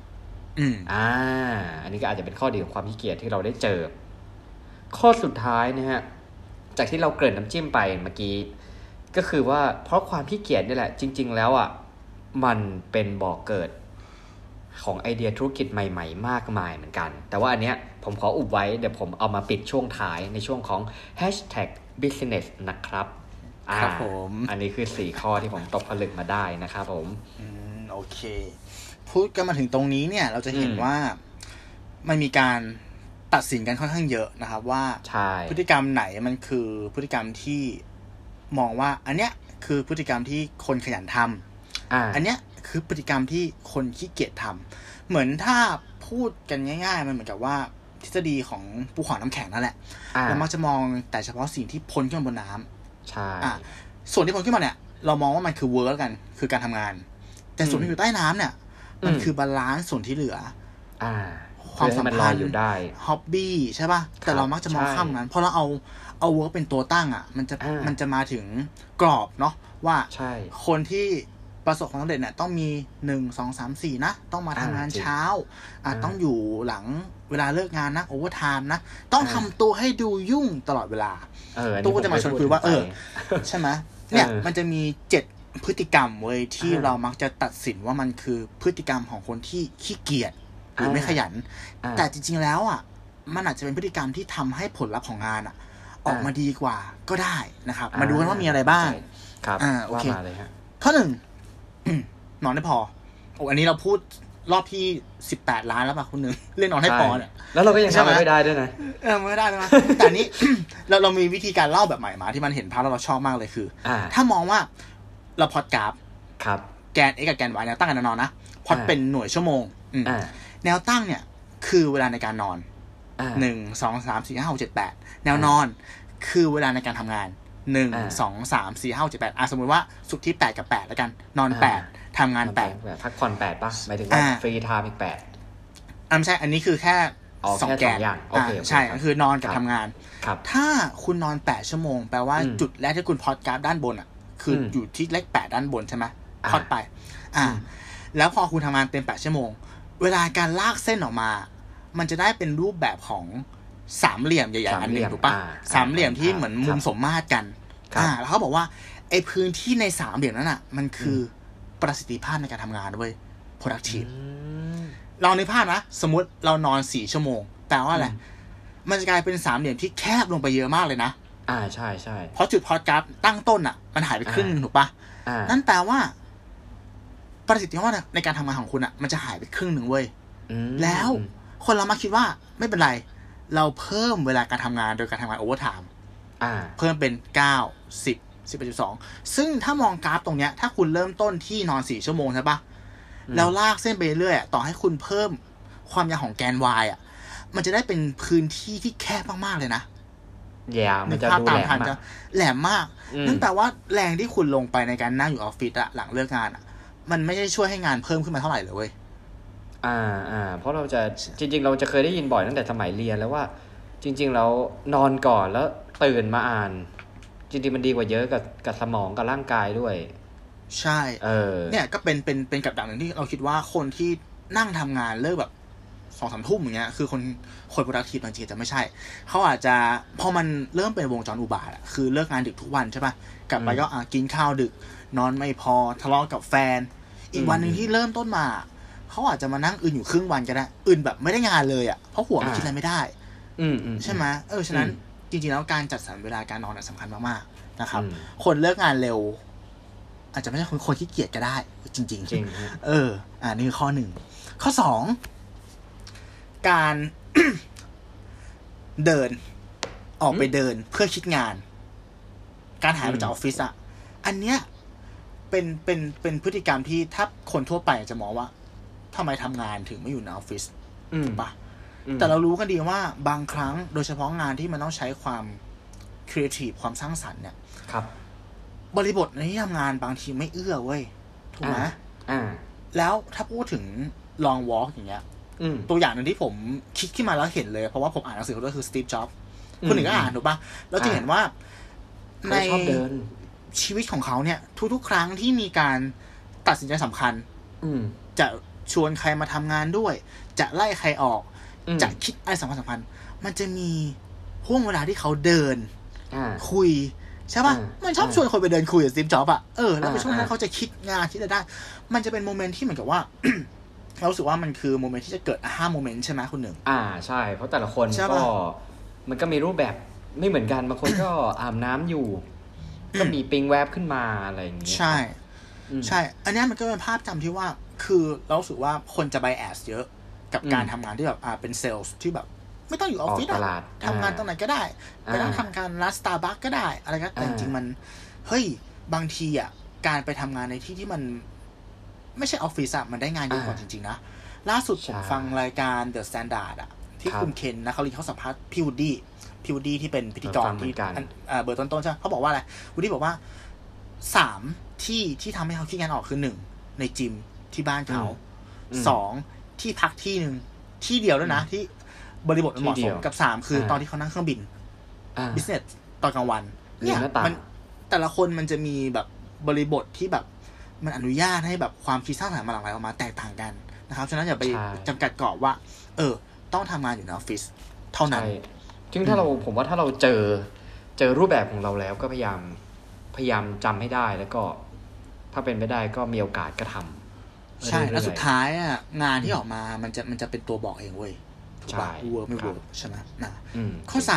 อันนี้ก็อาจจะเป็นข้อดีของความขี้เกียจที่เราได้เจอข้อสุดท้ายนะฮะจากที่เราเกริ่นน้ำจิ้มไปเมื่อกี้ก็คือว่าเพราะความขี้เกียจนี่แหละจริงๆแล้วอ่ะมันเป็นบ่อกเกิดของไอเดียธุรกิจใหม่ๆมากมายเหมือนกันแต่ว่าอันเนี้ยผมขออุบไว้เดี๋ยวผมเอามาปิดช่วงท้ายในช่วงของ #business นะครับครับผมอันนี้คือ4ข้อที่ผมตกผลึกมาได้นะครับผมโอเคพูดกันมาถึงตรงนี้เนี่ยเราจะเห็นว่ามันมีการตัดสินกันค่อนข้างเยอะนะครับว่าพฤติกรรมไหนมันคือพฤติกรรมที่มองว่าอันเนี้ยคือพฤติกรรมที่คนขยันทำอันเนี้ยคือพฤติกรรมที่คนขี้เกียจทำเหมือนถ้าพูดกันง่ายๆมันเหมือนกับว่าทฤษฎีของภูเขาน้ำแข็งนั่นแหละเรามักจะมองแต่เฉพาะสิ่งที่พ้นขึ้นมาบนน้ำใช่ส่วนที่พ้นขึ้นมาเนี่ยเรามองว่ามันคือเวิร์กกันคือการทำงานแต่ส่วนที่อยู่ใต้น้ำเนี่ยมันคือบาลานซ์ส่วนที่เหลือความสัมพันธ์ฮ็อบบี้ใช่ป่ะแต่เรามักจะมองข้ามนั้นเพราะเราเอาเวิร์กเป็นตัวตั้งอ่ะมันจะมาถึงกรอบเนาะว่าคนที่ประสบความสำเร็จเนี่ยต้องมี1 2 3 4นะต้องมาทำงานเช้าต้องอยู่หลังเวลาเลิกงานนะโอเวอร์ไทม์นะต้องทำตัวให้ดูยุ่งตลอดเวลาตู้ก็จะมาชวนคุยว่าใช่ไหมเนี่ยมันจะมี7พฤติกรรมเว้ยที่เรามักจะตัดสินว่ามันคือพฤติกรรมของคนที่ขี้เกียจหรือไม่ขยันแต่จริงๆแล้วอ่ะมันอาจจะเป็นพฤติกรรมที่ทำให้ผลลัพธ์ของงานอ่ะออกมาดีกว่าก็ได้นะครับมาดูกันว่ามีอะไรบ้างโอเคข้อ 1นอนให้พออันนี้เราพูดรอบที่18 ล้านแล้วป่ะคุณนึงเล่นนอนให้พอเนี่ยแล้วเราก็ยังทำไม่ได้ด้วยนะไม่ได้เลยนะแต่นี้ เรามีวิธีการเล่าแบบใหม่มาที่มันเห็นภาพแล้วเราชอบมากเลยคือถ้ามองว่าเราพอดกราฟแกน x กับแกน y แนวตั้งกันแนวนอนนะพอดเป็นหน่วยชั่วโมงแนวตั้งเนี่ยคือเวลาในการนอน1 2 3 4 5 6 7 8แนวนอนคือเวลาในการทำงาน1 2 3 4 5 6 7 8สมมติว่าศุกร์ที่8กับ8แล้วกันนอน8ทำงาน8 พักผ่อน8ป่ะหมายถึงว่าฟรีไทม์อีก8 ไม่ใช่อันนี้คือแค่2แกนใช่ก็คือนอนกับทำงานถ้าคุณนอน8ชั่วโมงแปลว่าจุดแรกที่คุณพอดกราฟด้านบนอ่ะคืออยู่ที่เลข8ด้านบนใช่ไหมพอดไปแล้วพอคุณทำงานเป็น8ชั่วโมงเวลาการลากเส้นออกมามันจะได้เป็นรูปแบบของสามเหลี่ยมใหญ่ๆอันนึงถูกป่ะสามเหลี่ยมที่เหมือนมุมสมมาตรกันแล้วเขาบอกว่าไอ้พื้นที่ในสามเหลี่ยมนั้นอ่ะมันคือประสิทธิภาพในการทำงานด้วย productive เราในภาพนะสมมุติเรานอน4ชั่วโมงแปลว่าอะไรมันจะกลายเป็นสามเหลี่ยมที่แคบลงไปเยอะมากเลยนะใช่ใช่เพราะจุดพอดกราฟตั้งต้นอ่ะมันหายไปครึ่งนึงถูกป่ะนั่นแปลว่าประสิทธิภาพในการทำงานของคุณอ่ะมันจะหายไปครึ่งนึงเว้ยแล้วคนเรามาคิดว่าไม่เป็นไรเราเพิ่มเวลาการทำงานโดยการทำงานโอเวอร์ไทม์เพิ่มเป็น9 10 11.2 ซึ่งถ้ามองกราฟตรงเนี้ยถ้าคุณเริ่มต้นที่นอน4ชั่วโมงใช่ปะแล้วลากเส้นไปเรื่อยต่อให้คุณเพิ่มความยาวของแกน y อ่ะมันจะได้เป็นพื้นที่ที่แคบมากๆเลยนะมันจะดูแหลมมากแหลมมากนั่นแปลว่าแรงที่คุณลงไปในการนั่งอยู่ออฟฟิศอะหลังเลิกงานอะมันไม่ได้ช่วยให้งานเพิ่มขึ้นมาเท่าไหร่เลยเว้ยเพราะเราจะจริงๆเราจะเคยได้ยินบ่อยตั้งแต่สมัยเรียนแล้วว่าจริงๆแล้วนอนก่อนแล้วตื่นมาอ่านจริงๆมันดีกว่าเยอะกับสมองกับร่างกายด้วยใช่เนี่ยก็เป็นกับดักหนึ่งที่เราคิดว่าคนที่นั่งทำงานเลิกแบบ2-3 ทุ่มอย่างเงี้ยคือคนproductive บางทีจะไม่ใช่เขาอาจจะพอมันเริ่มเป็นวงจรอุบาทคือเลิกงานดึกทุกวันใช่ป่ะกลับไปก็กินข้าวดึกนอนไม่พอทะเลาะกับแฟนอีกวันนึงที่เริ่มต้นมาเขาอาจจะมานั่งอื่นอยู่ครึ่งวันก็ได้อื่นแบบไม่ได้งานเลยอ่ะเพราะหัวมันคิดอะไรไม่ได้ใช่ไหมฉะนั้นจริงๆแล้วการจัดสรรเวลาการนอนสำคัญมากๆนะครับคนเลิกงานเร็วอาจจะไม่ใช่คนขี้เกียจก็ได้จริงๆนี่คือข้อ1ข้อ2การ เดินออกไปเดินเพื่อคิดงานการหายไปจากออฟฟิศอ่ะอันเนี้ยเป็นพฤติกรรมที่ถ้าคนทั่วไปจะมองว่าทำไมทำงานถึงไม่อยู่ในออฟฟิศถูกปะแต่เรารู้กันดีว่าบางครั้งโดยเฉพาะงานที่มันต้องใช้ความครีเอทีฟความสร้างสรรค์เนี่ยครับบริบทในที่ทำงานบางทีไม่เอื้อเว้ยถูกไหมแล้วถ้าพูดถึง long walk อย่างเงี้ยตัวอย่างนึงที่ผมคิดขึ้นมาแล้วเห็นเลยเพราะว่าผมอ่านหนังสือเขาด้วยคือ Steve Jobs คนหนึ่งก็อ่านถูกปะแล้วจะเห็นว่าในชีวิตของเขาเนี่ยทุกๆครั้งที่มีการตัดสินใจสำคัญจะชวนใครมาทำงานด้วยจะไล่ใครออกจะคิดอะไรสำคัญมันจะมีห่วงเวลาที่เขาเดินคุยใช่ป่ะมันชอบชวนคนไปเดินคุยกับ Steve Jobs อ่ะแล้วในช่วงนั้นเขาจะคิดงานคิดอะไรได้มันจะเป็นโมเมนต์ที่เหมือนกับว่า เรารู้สึกว่ามันคือโมเมนต์ที่จะเกิดahaโมเมนต์ใช่ไหมคุณหนึ่งใช่เพราะแต่ละคนก็มันก็มีรูปแบบไม่เหมือนกันบางคนก็อาบน้ำอยู่ก็มีปิงแวบขึ้นมาอะไรอย่างเงี้ยใช่อันนี้มันก็เป็นภาพจำที่ว่าคือเรารู้สึกว่าคนจะไบแอสเยอะกับการทำงานที่แบบเป็นเซลล์ที่แบบไม่ต้องอยู่ออฟฟิศทำงานตรงไหนก็ได้ไปนั่งทำการร้านสตาร์บัคก็ได้อะไรก็แต่จริงๆมันเฮ้ยบางทีการไปทำงานในที่ที่มันไม่ใช่ออฟฟิศมันได้งานเยอะกว่าจริงๆนะล่าสุดผมฟังรายการ The Standard ที่คุณเคนนะเขาสัมภาษณ์พี่วูดดี้ที่เป็นพิธีกรที่เบอร์ต้นๆใช่เขาบอกว่าอะไรวูดดี้บอกว่า3ที่ทำให้เขาคิดงานออกคือ1ในจิมที่บ้านเขา2ที่พักที่นึงที่เดียวด้วยนะที่บริบทมันเหมาะสมกับ3คือตอนที่เขานั่งเครื่องบิน business ตอนกลางวันเนี่ยมันแต่ละคนมันจะมีแบบบริบทที่แบบมันอนุญาตให้แบบความคิดสร้างสรรค์มาหลากหลายออกมาแตกต่างกันนะครับฉะนั้นอย่าไปจำกัดกรอบว่าต้องทำงานอยู่ในออฟฟิศเท่านั้นซึ่งผมว่าถ้าเราเจอรูปแบบของเราแล้วก็พยายามจำให้ได้แล้วก็ถ้าเป็นไม่ได้ก็มีโอกาสก็ทำใช่แล้วสุดท้ายงานที่ออกมามันจะเป็นตัวบอกเองเว้ยถูกป่ะเวิร์กไม่เวิร์กใช่ไหมนะข้อ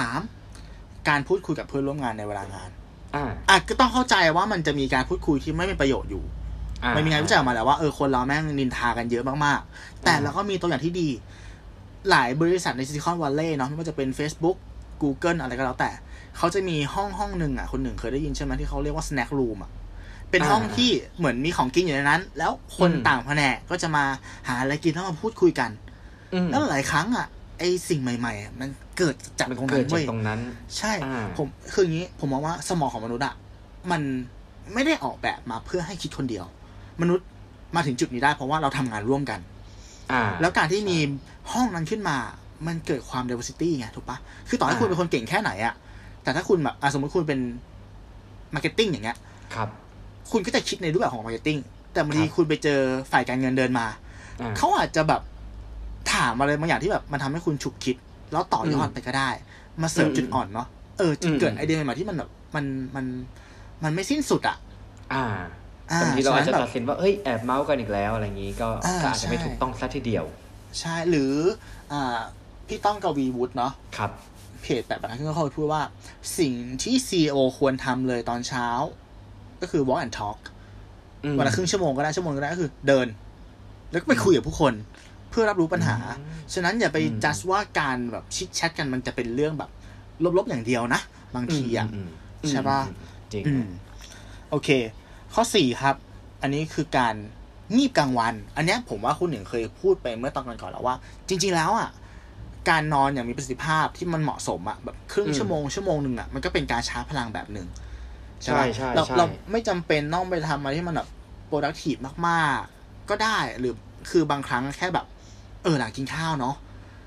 3การพูดคุยกับเพื่อนร่วมงานในเวลางานก็ต้องเข้าใจว่ามันจะมีการพูดคุยที่ไม่เป็นประโยชน์อยู่มันมีงานวิจัยออกมาแล้วว่าคนเราแม่งนินทากันเยอะมากๆแต่เราก็มีตัวอย่างที่ดีหลายบริษัทในซิลิคอนวัลเลย์เนาะไม่ว่าจะเป็น Facebook Google อะไรก็แล้วแต่เขาจะมีห้องนึงคนหนึ่งเคยได้ยินใช่ไหมที่เขาเรียกว่า snack room เป็นห้องที่เหมือนมีของกินอยู่ในนั้นแล้วคนต่างแผนกก็จะมาหาอะไรกินแล้วมาพูดคุยกันแล้วหลายครั้งไอสิ่งใหม่ๆมันเกิดจากตรงนั้นเว้ยใช่ผมคืออย่างนี้ผมมองว่าสมองของมนุษย์มันไม่ได้ออกแบบมาเพื่อให้คิดคนเดียวมนุษย์มาถึงจุดนี้ได้เพราะว่าเราทำงานร่วมกันแล้วการที่มีห้องนั้นขึ้นมามันเกิดความ diversity ไงถูกปะคือต่อให้คุณเป็นคนเก่งแค่ไหนแต่ถ้าคุณแบบสมมติคุณเป็น marketing อย่างเงี้ยครับคุณก็จะคิดในรูปแบบของ marketing แต่บางทีคุณไปเจอฝ่ายการเงินเดินมาเขาอาจจะแบบถามอะไรบางอย่างที่แบบมันทำให้คุณฉุกคิดแล้วต่อยอดไปก็ได้มาเสริมจุดอ่อนเนาะจุดเกิดไอเดียใหม่ๆที่มันแบบมันไม่สิ้นสุดบางทีเราอาจจะตัดสินว่าแอบเมาส์กันอีกแล้วอะไรอย่างนี้ก็อาจจะไม่ถูกต้องซะทีเดียวใช่หรือพี่ต้องกวีวุฒิเนาะครับเพจแบบนั้นเขาพูดว่าสิ่งที่ CEO ควรทำเลยตอนเช้าก็คือ walk and talk วันละครึ่งชั่วโมงก็ได้ก็คือเดินแล้วก็ไปคุยกับผู้คนเพื่อรับรู้ปัญหาฉะนั้นอย่าไปจัดว่าการแบบชิดแชทกันมันจะเป็นเรื่องแบบลบๆอย่างเดียวนะบางทีใช่ป่ะจริงโอเคข้อ4ครับอันนี้คือการงีบกลางวันอันนี้ผมว่าคุณหนึ่งเคยพูดไปเมื่อตอนก่อนแล้วว่าจริงๆแล้วการนอนอย่างมีประสิทธิภาพที่มันเหมาะสมแบบครึ่งชั่วโมงนึงมันก็เป็นการชาร์จพลังแบบนึงใช่เราไม่จำเป็นต้องไปทำอะไรที่มันแบบ productive มากๆก็ได้หรือคือบางครั้งแค่แบบหลังกินข้าวเนาะ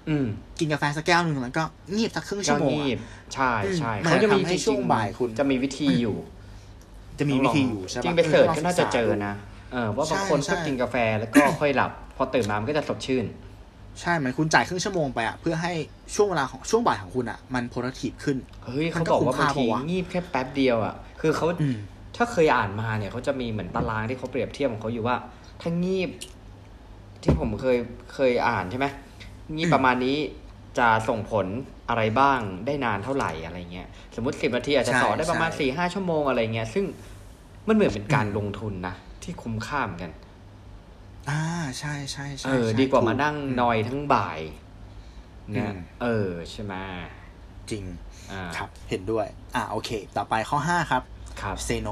กินกาแฟสักแก้วนึงแล้วก็งีบสักครึ่งชั่วโมงใช่เขาจะมีจริงช่วงบ่ายคุณจะมีวิธีอยู่ใช่ป่ะจริงไปเสิร์ชก็น่าจะเจอนะว่าบางคนชอบกินกาแฟแล้วก็ค่อยหลับพอตื่นมามันก็จะสดชื่นใช่เหมือนคุณจ่ายครึ่งชั่วโมงไปเพื่อให้ช่วงเวลาของช่วงบ่ายของคุณมัน productive ขึ้นเฮ้ยเขาบอกว่าบางทีงีบแค่แป๊บเดียวคือเขาถ้าเคยอ่านมาเนี่ยเขาจะมีเหมือนตารางที่เขาเปรียบเทียบของเขาอยู่ว่าถ้างีบที่ผมเคยอ่านใช่ไหมงีบประมาณนี้จะส่งผลอะไรบ้างได้นานเท่าไหร่อะไรเงี้ยสมมติ10 นาทีอาจจะสอนได้ประมาณ 4-5 ชั่วโมงอะไรเงี้ยซึ่งมันเหมือนเป็นการลงทุนนะที่คุ้มค่าเหมือนกันใช่ดีกว่ามานั่งนอยทั้งบ่ายเนี่ยใช่ไหมจริงครับเห็นด้วยโอเคต่อไปข้อ5ครับเซโน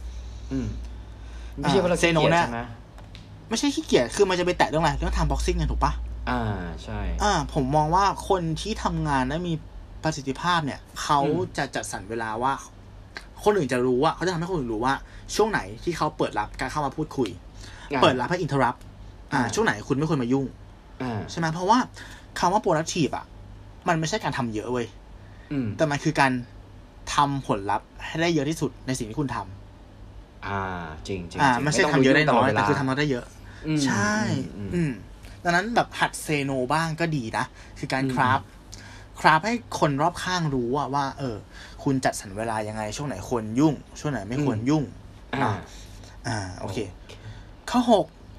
ไม่ใช่ว่าเราเซโนนะไม่ใช่ขี้เกียจคือมันจะไปแตะเรื่องอะไรเรื่องทำบ็อกซิ่งกันถูกปะใช่ผมมองว่าคนที่ทำงานและมีประสิทธิภาพเนี่ยเขาจะจัดสรรเวลาว่าคนอื่นจะรู้ว่าเขาจะทำให้คนอื่นรู้ว่าช่วงไหนที่เขาเปิดรับการเข้ามาพูดคุยเปิดรับให้อินเทอร์รัปช่วงไหนคุณไม่ควรมายุ่งใช่ไหมเพราะว่าคำว่า productive มันไม่ใช่การทำเยอะเว้ยแต่มันคือการทำผลลัพธ์ให้ได้เยอะที่สุดในสิ่งที่คุณทำจริงไม่ใช่ทำเยอะได้น้อยแต่คือทำได้เยอะใช่ดังนั้นแบบหัดเซโนบ้างก็ดีนะคือการคราฟให้คนรอบข้างรู้ว่าคุณจัดสรรเวลายังไงช่วงไหนควรยุ่งช่วงไหนไม่ควรยุ่งโอเคข้อ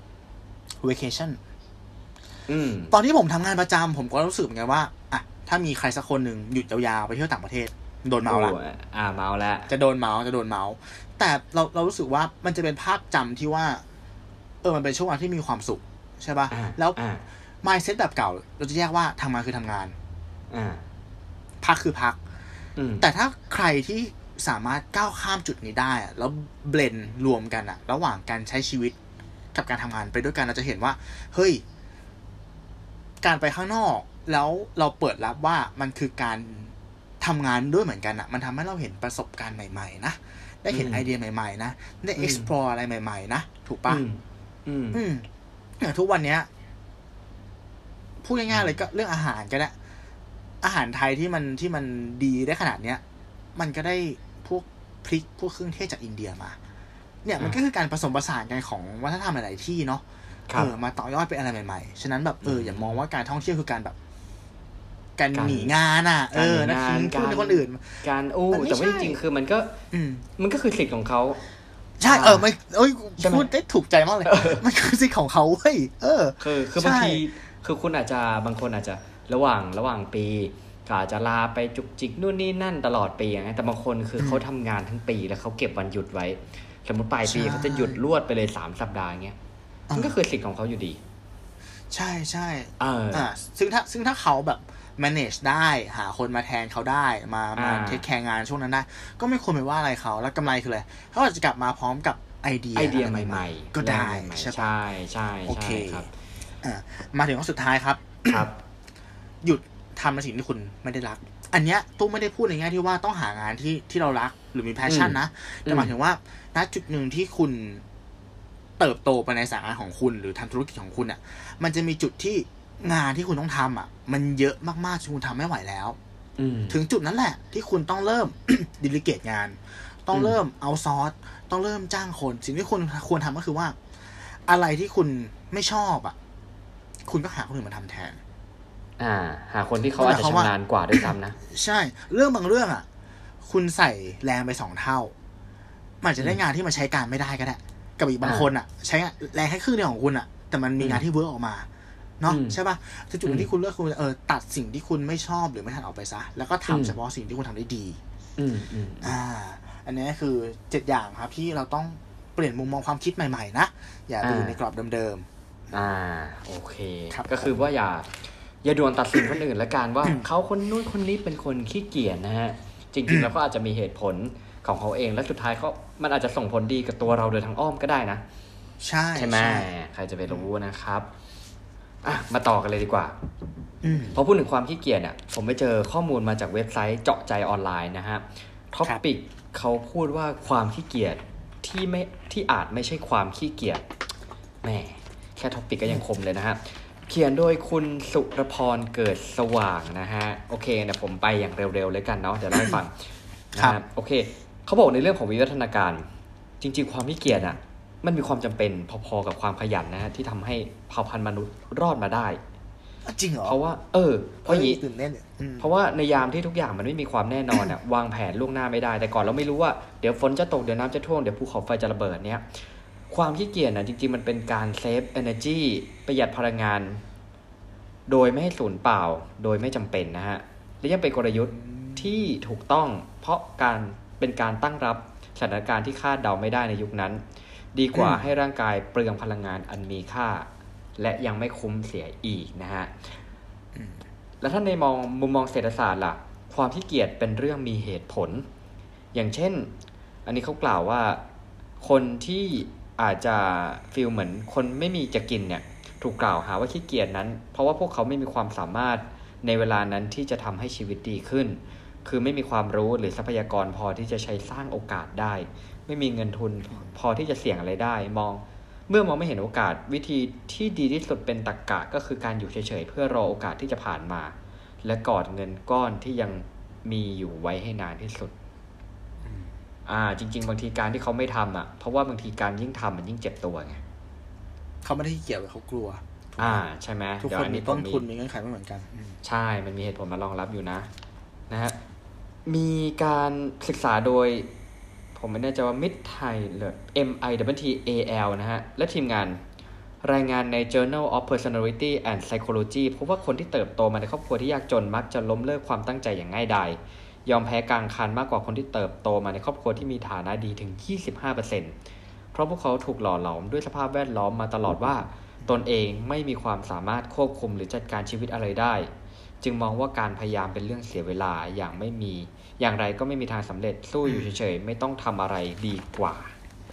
6 vacation ตอนที่ผมทำงานประจำผมก็รู้สึกเหมือนกันว่าถ้ามีใครสักคนหนึ่งหยุดยาวๆไปเที่ยวต่างประเทศโดนเมาละเมาแล้วจะโดนเมาแต่เรารู้สึกว่ามันจะเป็นภาพจำที่ว่ามันเป็นช่วงเวลาที่มีความสุขใช่ป่ะแล้ว mindset แบบเก่าเราจะแยกว่าทำงานคือทำงานพักคือพักแต่ถ้าใครที่สามารถก้าวข้ามจุดนี้ได้แล้วเบลนด์รวมกันระหว่างการใช้ชีวิตกับการทำงานไปด้วยกันเราจะเห็นว่าเฮ้ยการไปข้างนอกแล้วเราเปิดรับว่ามันคือการทำงานด้วยเหมือนกันมันทำให้เราเห็นประสบการณ์ใหม่ๆนะได้เห็นไอเดียใหม่ๆนะได้ explore อะไรใหม่ๆนะถูกปะอย่างทุกวันเนี้ยพูดง่ายๆเลยก็เรื่องอาหารก็ได้อาหารไทยที่มันดีได้ขนาดเนี้ยมันก็ได้พวกพริกพวกเครื่องเทศจากอินเดียมาเนี่ยมันก็คือการผสมผสานกันของวัฒนธรรมหลายๆที่เนาะมาต่อยอดเป็นอะไรใหม่ๆฉะนั้นแบบอย่ามองว่าการท่องเที่ยวคือการแบบการหนีงานนะทิ้งพูดให้คนอื่นการแต่ว่าจริงๆคือมันก็คือสิทธิ์ของเขาใช่ไม่พูดได้ถูกใจมากเลยมันคือสิทธิ์ของเขาเว้ยคือบางทีคือคุณอาจจะบางคนอาจจะระหว่างปีก็อาจจะลาไปจุกจิกนู่นนี่นั่นตลอดปีอย่างเงี้ยแต่บางคนคือเขาทำงานทั้งปีแล้วเขาเก็บวันหยุดไว้สมมติปลายปีเขาจะหยุดรวดไปเลย3 สัปดาห์เงี้ยมันก็คือสิทธิ์ของเขาอยู่ดีใช่ซึ่งถ้าเขาแบบ manage ได้หาคนมาแทนเขาได้มาเทคแคร์งานช่วงนั้นได้ก็ไม่ควรไปว่าอะไรเขาแล้วกำไรคืออะไรเขาอาจจะกลับมาพร้อมกับไอเดียใหม่ๆก็ได้ใช่โอเคครับมาถึงข้อสุดท้ายครับหยุดทำในสิ่งที่คุณไม่ได้รักอันเนี้ยตู้ไม่ได้พูดในแง่ที่ว่าต้องหางานที่เรารักหรือมีแพชชั่นนะแต่หมายถึงว่าณจุดหนึ่งที่คุณเติบโตไปในสายงานของคุณหรือทำธุรกิจของคุณมันจะมีจุดที่งานที่คุณต้องทำมันเยอะมากๆจนคุณทำไม่ไหวแล้วถึงจุดนั้นแหละที่คุณต้องเริ่ม ดิลิเกตงานต้องเริ่มเอาซอร์สต้องเริ่มจ้างคนสิ่งที่คุณควรทำก็คือว่าอะไรที่คุณไม่ชอบคุณก็หาคนอื่นมาทำแทนหาคนที่เขาอาจจะชำนาญกว่าด้วยซ้ำนะใช่เรื่องบางเรื่องคุณใส่แรงไป2 เท่ามันจะได้งานที่มันใช้การไม่ได้ก็ได้กับอีกบางคนใช้แรงแค่ครึ่งเดียวของคุณแต่มันมีงานที่เวิร์กออกมาเนาะใช่ป่ะจุดที่คุณเลือกคุณตัดสิ่งที่คุณไม่ชอบหรือไม่ทันออกไปซะแล้วก็ทำเฉพาะสิ่งที่คุณทำได้ดีอันนี้คือ7 อย่างครับที่เราต้องเปลี่ยนมุมมองความคิดใหม่ๆนะอย่าอยู่ในกรอบเดิมๆโอเคก็คือว่าอย่าด่วนตัดสินคนอื่นละกันว่าเขาคนนู้นคนนี้เป็นคนขี้เกียจนะฮะจริงๆแล้วก็อาจจะมีเหตุผลของเขาเองและสุดท้ายมันอาจจะส่งผลดีกับตัวเราโดยทางอ้อมก็ได้นะใช่ไหมใครจะไปรู้นะครับมาต่อกันเลยดีกว่าพอพูดถึงความขี้เกียจผมไปเจอข้อมูลมาจากเว็บไซต์เจาะใจออนไลน์นะฮะท็อปิกเขาพูดว่าความขี้เกียจที่อาจไม่ใช่ความขี้เกียจแหมแค่ท็อปิกก็ยังคมเลยนะฮะเขียนโดยคุณสุรพรเกิดสว่างนะฮะโอเคเนี่ยผมไปอย่างเร็วๆเลยกันเนาะเดี๋ยวเล่าให้ฟังนะครับโอเคเขาบอกในเรื่องของวิวัฒนาการจริงๆความขี้เกียจอ่ะมันมีความจำเป็นพอๆกับความขยันนะฮะที่ทำให้เผ่าพันธุ์มนุษย์รอดมาได้จริงเหรอเพราะว่าเพราะอย่างนี้ตื่นเต้นเพราะว่าในยามที่ทุกอย่างมันไม่มีความแน่นอนอ่ะวางแผนล่วงหน้าไม่ได้แต่ก่อนเราไม่รู้ว่าเดี๋ยวฝนจะตกเดี๋ยวน้ำจะท่วมเดี๋ยวภูเขาไฟจะระเบิดเนี้ยความขี้เกียจนะจริงๆมันเป็นการเซฟ energy ประหยัดพลังงานโดยไม่ให้สูญเปล่าโดยไม่จำเป็นนะฮะและยังเป็นกลยุทธ์ที่ถูกต้องเพราะเป็นการตั้งรับสถานการณ์ที่คาดเดาไม่ได้ในยุคนั้นดีกว่าให้ร่างกายเปลืองพลังงานอันมีค่าและยังไม่คุ้มเสียอีกนะฮะแล้วถ้าในมุมมองเศรษฐศาสตร์ล่ะความขี้เกียจเป็นเรื่องมีเหตุผลอย่างเช่นอันนี้เขากล่าวว่าคนที่อาจจะฟีลเหมือนคนไม่มีจะกินเนี่ยถูกกล่าวหาว่าขี้เกียจนั้นเพราะว่าพวกเขาไม่มีความสามารถในเวลานั้นที่จะทำให้ชีวิตดีขึ้นคือไม่มีความรู้หรือทรัพยากรพอที่จะใช้สร้างโอกาสได้ไม่มีเงินทุนพอที่จะเสี่ยงอะไรได้เมื่อมองไม่เห็นโอกาสวิธีที่ดีที่สุดเป็นตรรกะก็คือการอยู่เฉยๆเพื่อรอโอกาสที่จะผ่านมาและกอดเงินก้อนที่ยังมีอยู่ไว้ให้นานที่สุดจริงๆบางทีการที่เขาไม่ทำเพราะว่าบางทีการยิ่งทำมันยิ่งเจ็บตัวไงเขาไม่ได้เกี่ยวกับเขากลัวใช่ไหมทุกคนมีต้นทุนมีเงื่อนไขไม่เหมือนกันใช่มันมีเหตุผลมารองรับอยู่นะฮะมีการศึกษาโดยผมไม่แน่ใจว่ามิตรไทยหรือ MITAL นะฮะและทีมงานรายงานใน Journal of Personality and Psychology พบว่าคนที่เติบโตมาในครอบครัวที่ยากจนมักจะล้มเลิกความตั้งใจอย่างง่ายดายยอมแพ้กลางคันมากกว่าคนที่เติบโตมาในครอบครัวที่มีฐานะดีถึง 25% เพราะพวกเขาถูกหล่อหลอมด้วยสภาพแวดล้อมมาตลอดว่าตนเองไม่มีความสามารถควบคุมหรือจัดการชีวิตอะไรได้จึงมองว่าการพยายามเป็นเรื่องเสียเวลาอย่างไรก็ไม่มีทางสำเร็จสู้อยู่เฉยๆไม่ต้องทำอะไรดีกว่า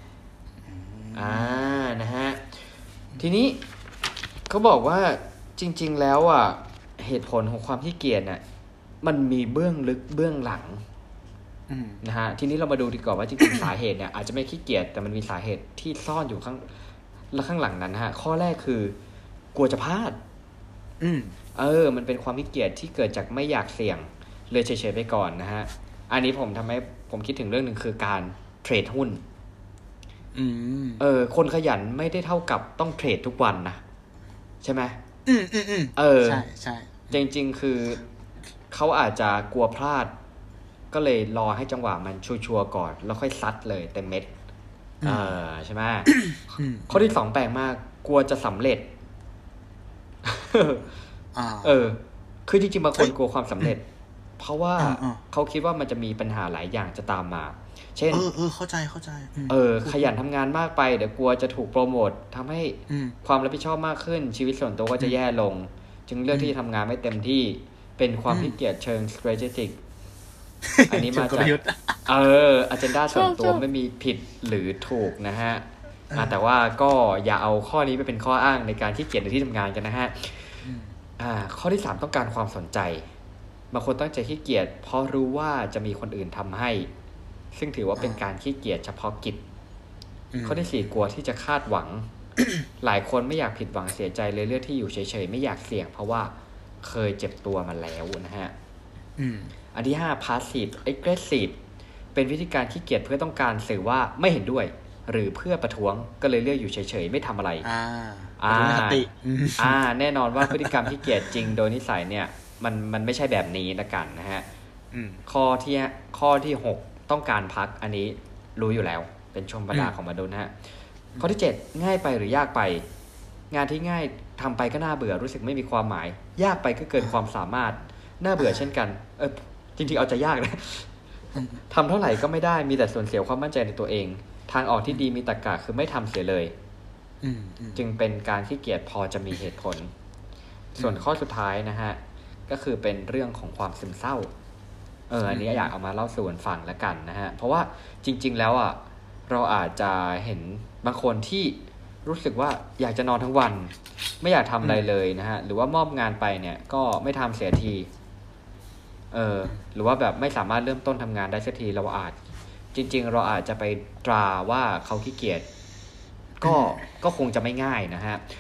นะฮะทีนี้เขาบอกว่าจริงๆแล้วเหตุผลของความขี้เกียจมันมีเบื้องลึกเบื้องหลังนะฮะทีนี้เรามาดูดีกว่าว่าจริงๆ สาเหตุเนี่ยอาจจะไม่ขี้เกียจแต่มันมีสาเหตุที่ซ่อนอยู่ข้างหลังนั้นนะฮะข้อแรกคือกลัวจะพลาดมันเป็นความขี้เกียจที่เกิดจากไม่อยากเสี่ยงเลยเฉยๆไปก่อนนะฮะอันนี้ทำให้ผมคิดถึงเรื่องนึงคือการเทรดหุ้นคนขยันไม่ได้เท่ากับต้องเทรดทุกวันนะใช่ไหมใช่ใช่จริงๆคือเขาอาจจะกลัวพลาดก็เลยรอให้จังหวะมันชัวร์ๆก่อนแล้วค่อยซัดเลยเต็มเม็ดใช่ไหมข้อที่2แปลกมากกลัวจะสำเร็จคือจริงๆบางคนกลัวความสำเร็จเพราะว่าเขาคิดว่ามันจะมีปัญหาหลายอย่างจะตามมาเช่นเข้าใจขยันทำงานมากไปเดี๋ยวกลัวจะถูกโปรโมททำให้ความรับผิดชอบมากขึ้นชีวิตส่วนตัวก็จะแย่ลงจึงเลือกที่จะทำงานไม่เต็มที่เป็นความขี้เกียจเชิง strategic อันนี้มาจากagenda ส่วนตัวไม่มีผิดหรือถูกนะฮะแต่ว่าก็อย่าเอาข้อนี้ไปเป็นข้ออ้างในการขี้เกียจในที่ทำงานกันนะฮะข้อที่3ต้องการความสนใจบางคนตั้งใจขี้เกียจเพราะรู้ว่าจะมีคนอื่นทำให้ซึ่งถือว่าเป็นการขี้เกียจเฉพาะกิจข้อที่4กลัวที่จะคาดหวัง หลายคนไม่อยากผิดหวังเสียใจเลยเลือกที่อยู่เฉยๆไม่อยากเสี่ยงเพราะว่าเคยเจ็บตัวมาแล้วนะฮะอันที่5 passive aggressive เป็นวิธีการขี้เกียจเพื่อต้องการสื่อว่าไม่เห็นด้วยหรือเพื่อประท้วงก็เลยเลือกอยู่เฉยๆไม่ทำอะไรแน่นอนว่าพฤติกรรมขี้เกียจจริงโดยนิสัยเนี่ยมันไม่ใช่แบบนี้ละกันนะฮะข้อที่6ต้องการพักอันนี้รู้อยู่แล้วเป็นช่วงเวลาของมนุษย์นะฮะข้อที่7ง่ายไปหรือยากไปงานที่ง่ายทำไปก็น่าเบื่อรู้สึกไม่มีความหมายยากไปก็เกินความสามารถน่าเบื่อเช่นกันจริงๆเอาจะยากนะทำเท่าไหร่ก็ไม่ได้มีแต่ส่วนเสียความมั่นใจในตัวเองทางออกที่ดีมีตรรกะคือไม่ทำเสียเลยจึงเป็นการขี้เกียจพอจะมีเหตุผลส่วนข้อสุดท้ายนะฮะก็คือเป็นเรื่องของความซึมเศร้าอันนี้อยากเอามาเล่าสู่กันฟังแล้วกันนะฮะเพราะว่าจริงๆแล้วเราอาจจะเห็นบางคนที่รู้สึกว่าอยากจะนอนทั้งวันไม่อยากทำอะไรเลยนะฮะหรือว่ามอบงานไปเนี่ยก็ไม่ทำเสียทีหรือว่าแบบไม่สามารถเริ่มต้นทำงานได้สักทีเราจริงๆเราอาจจะไปตราว่าเขาขี้เกียจก็คงจะไม่ง่ายนะฮะ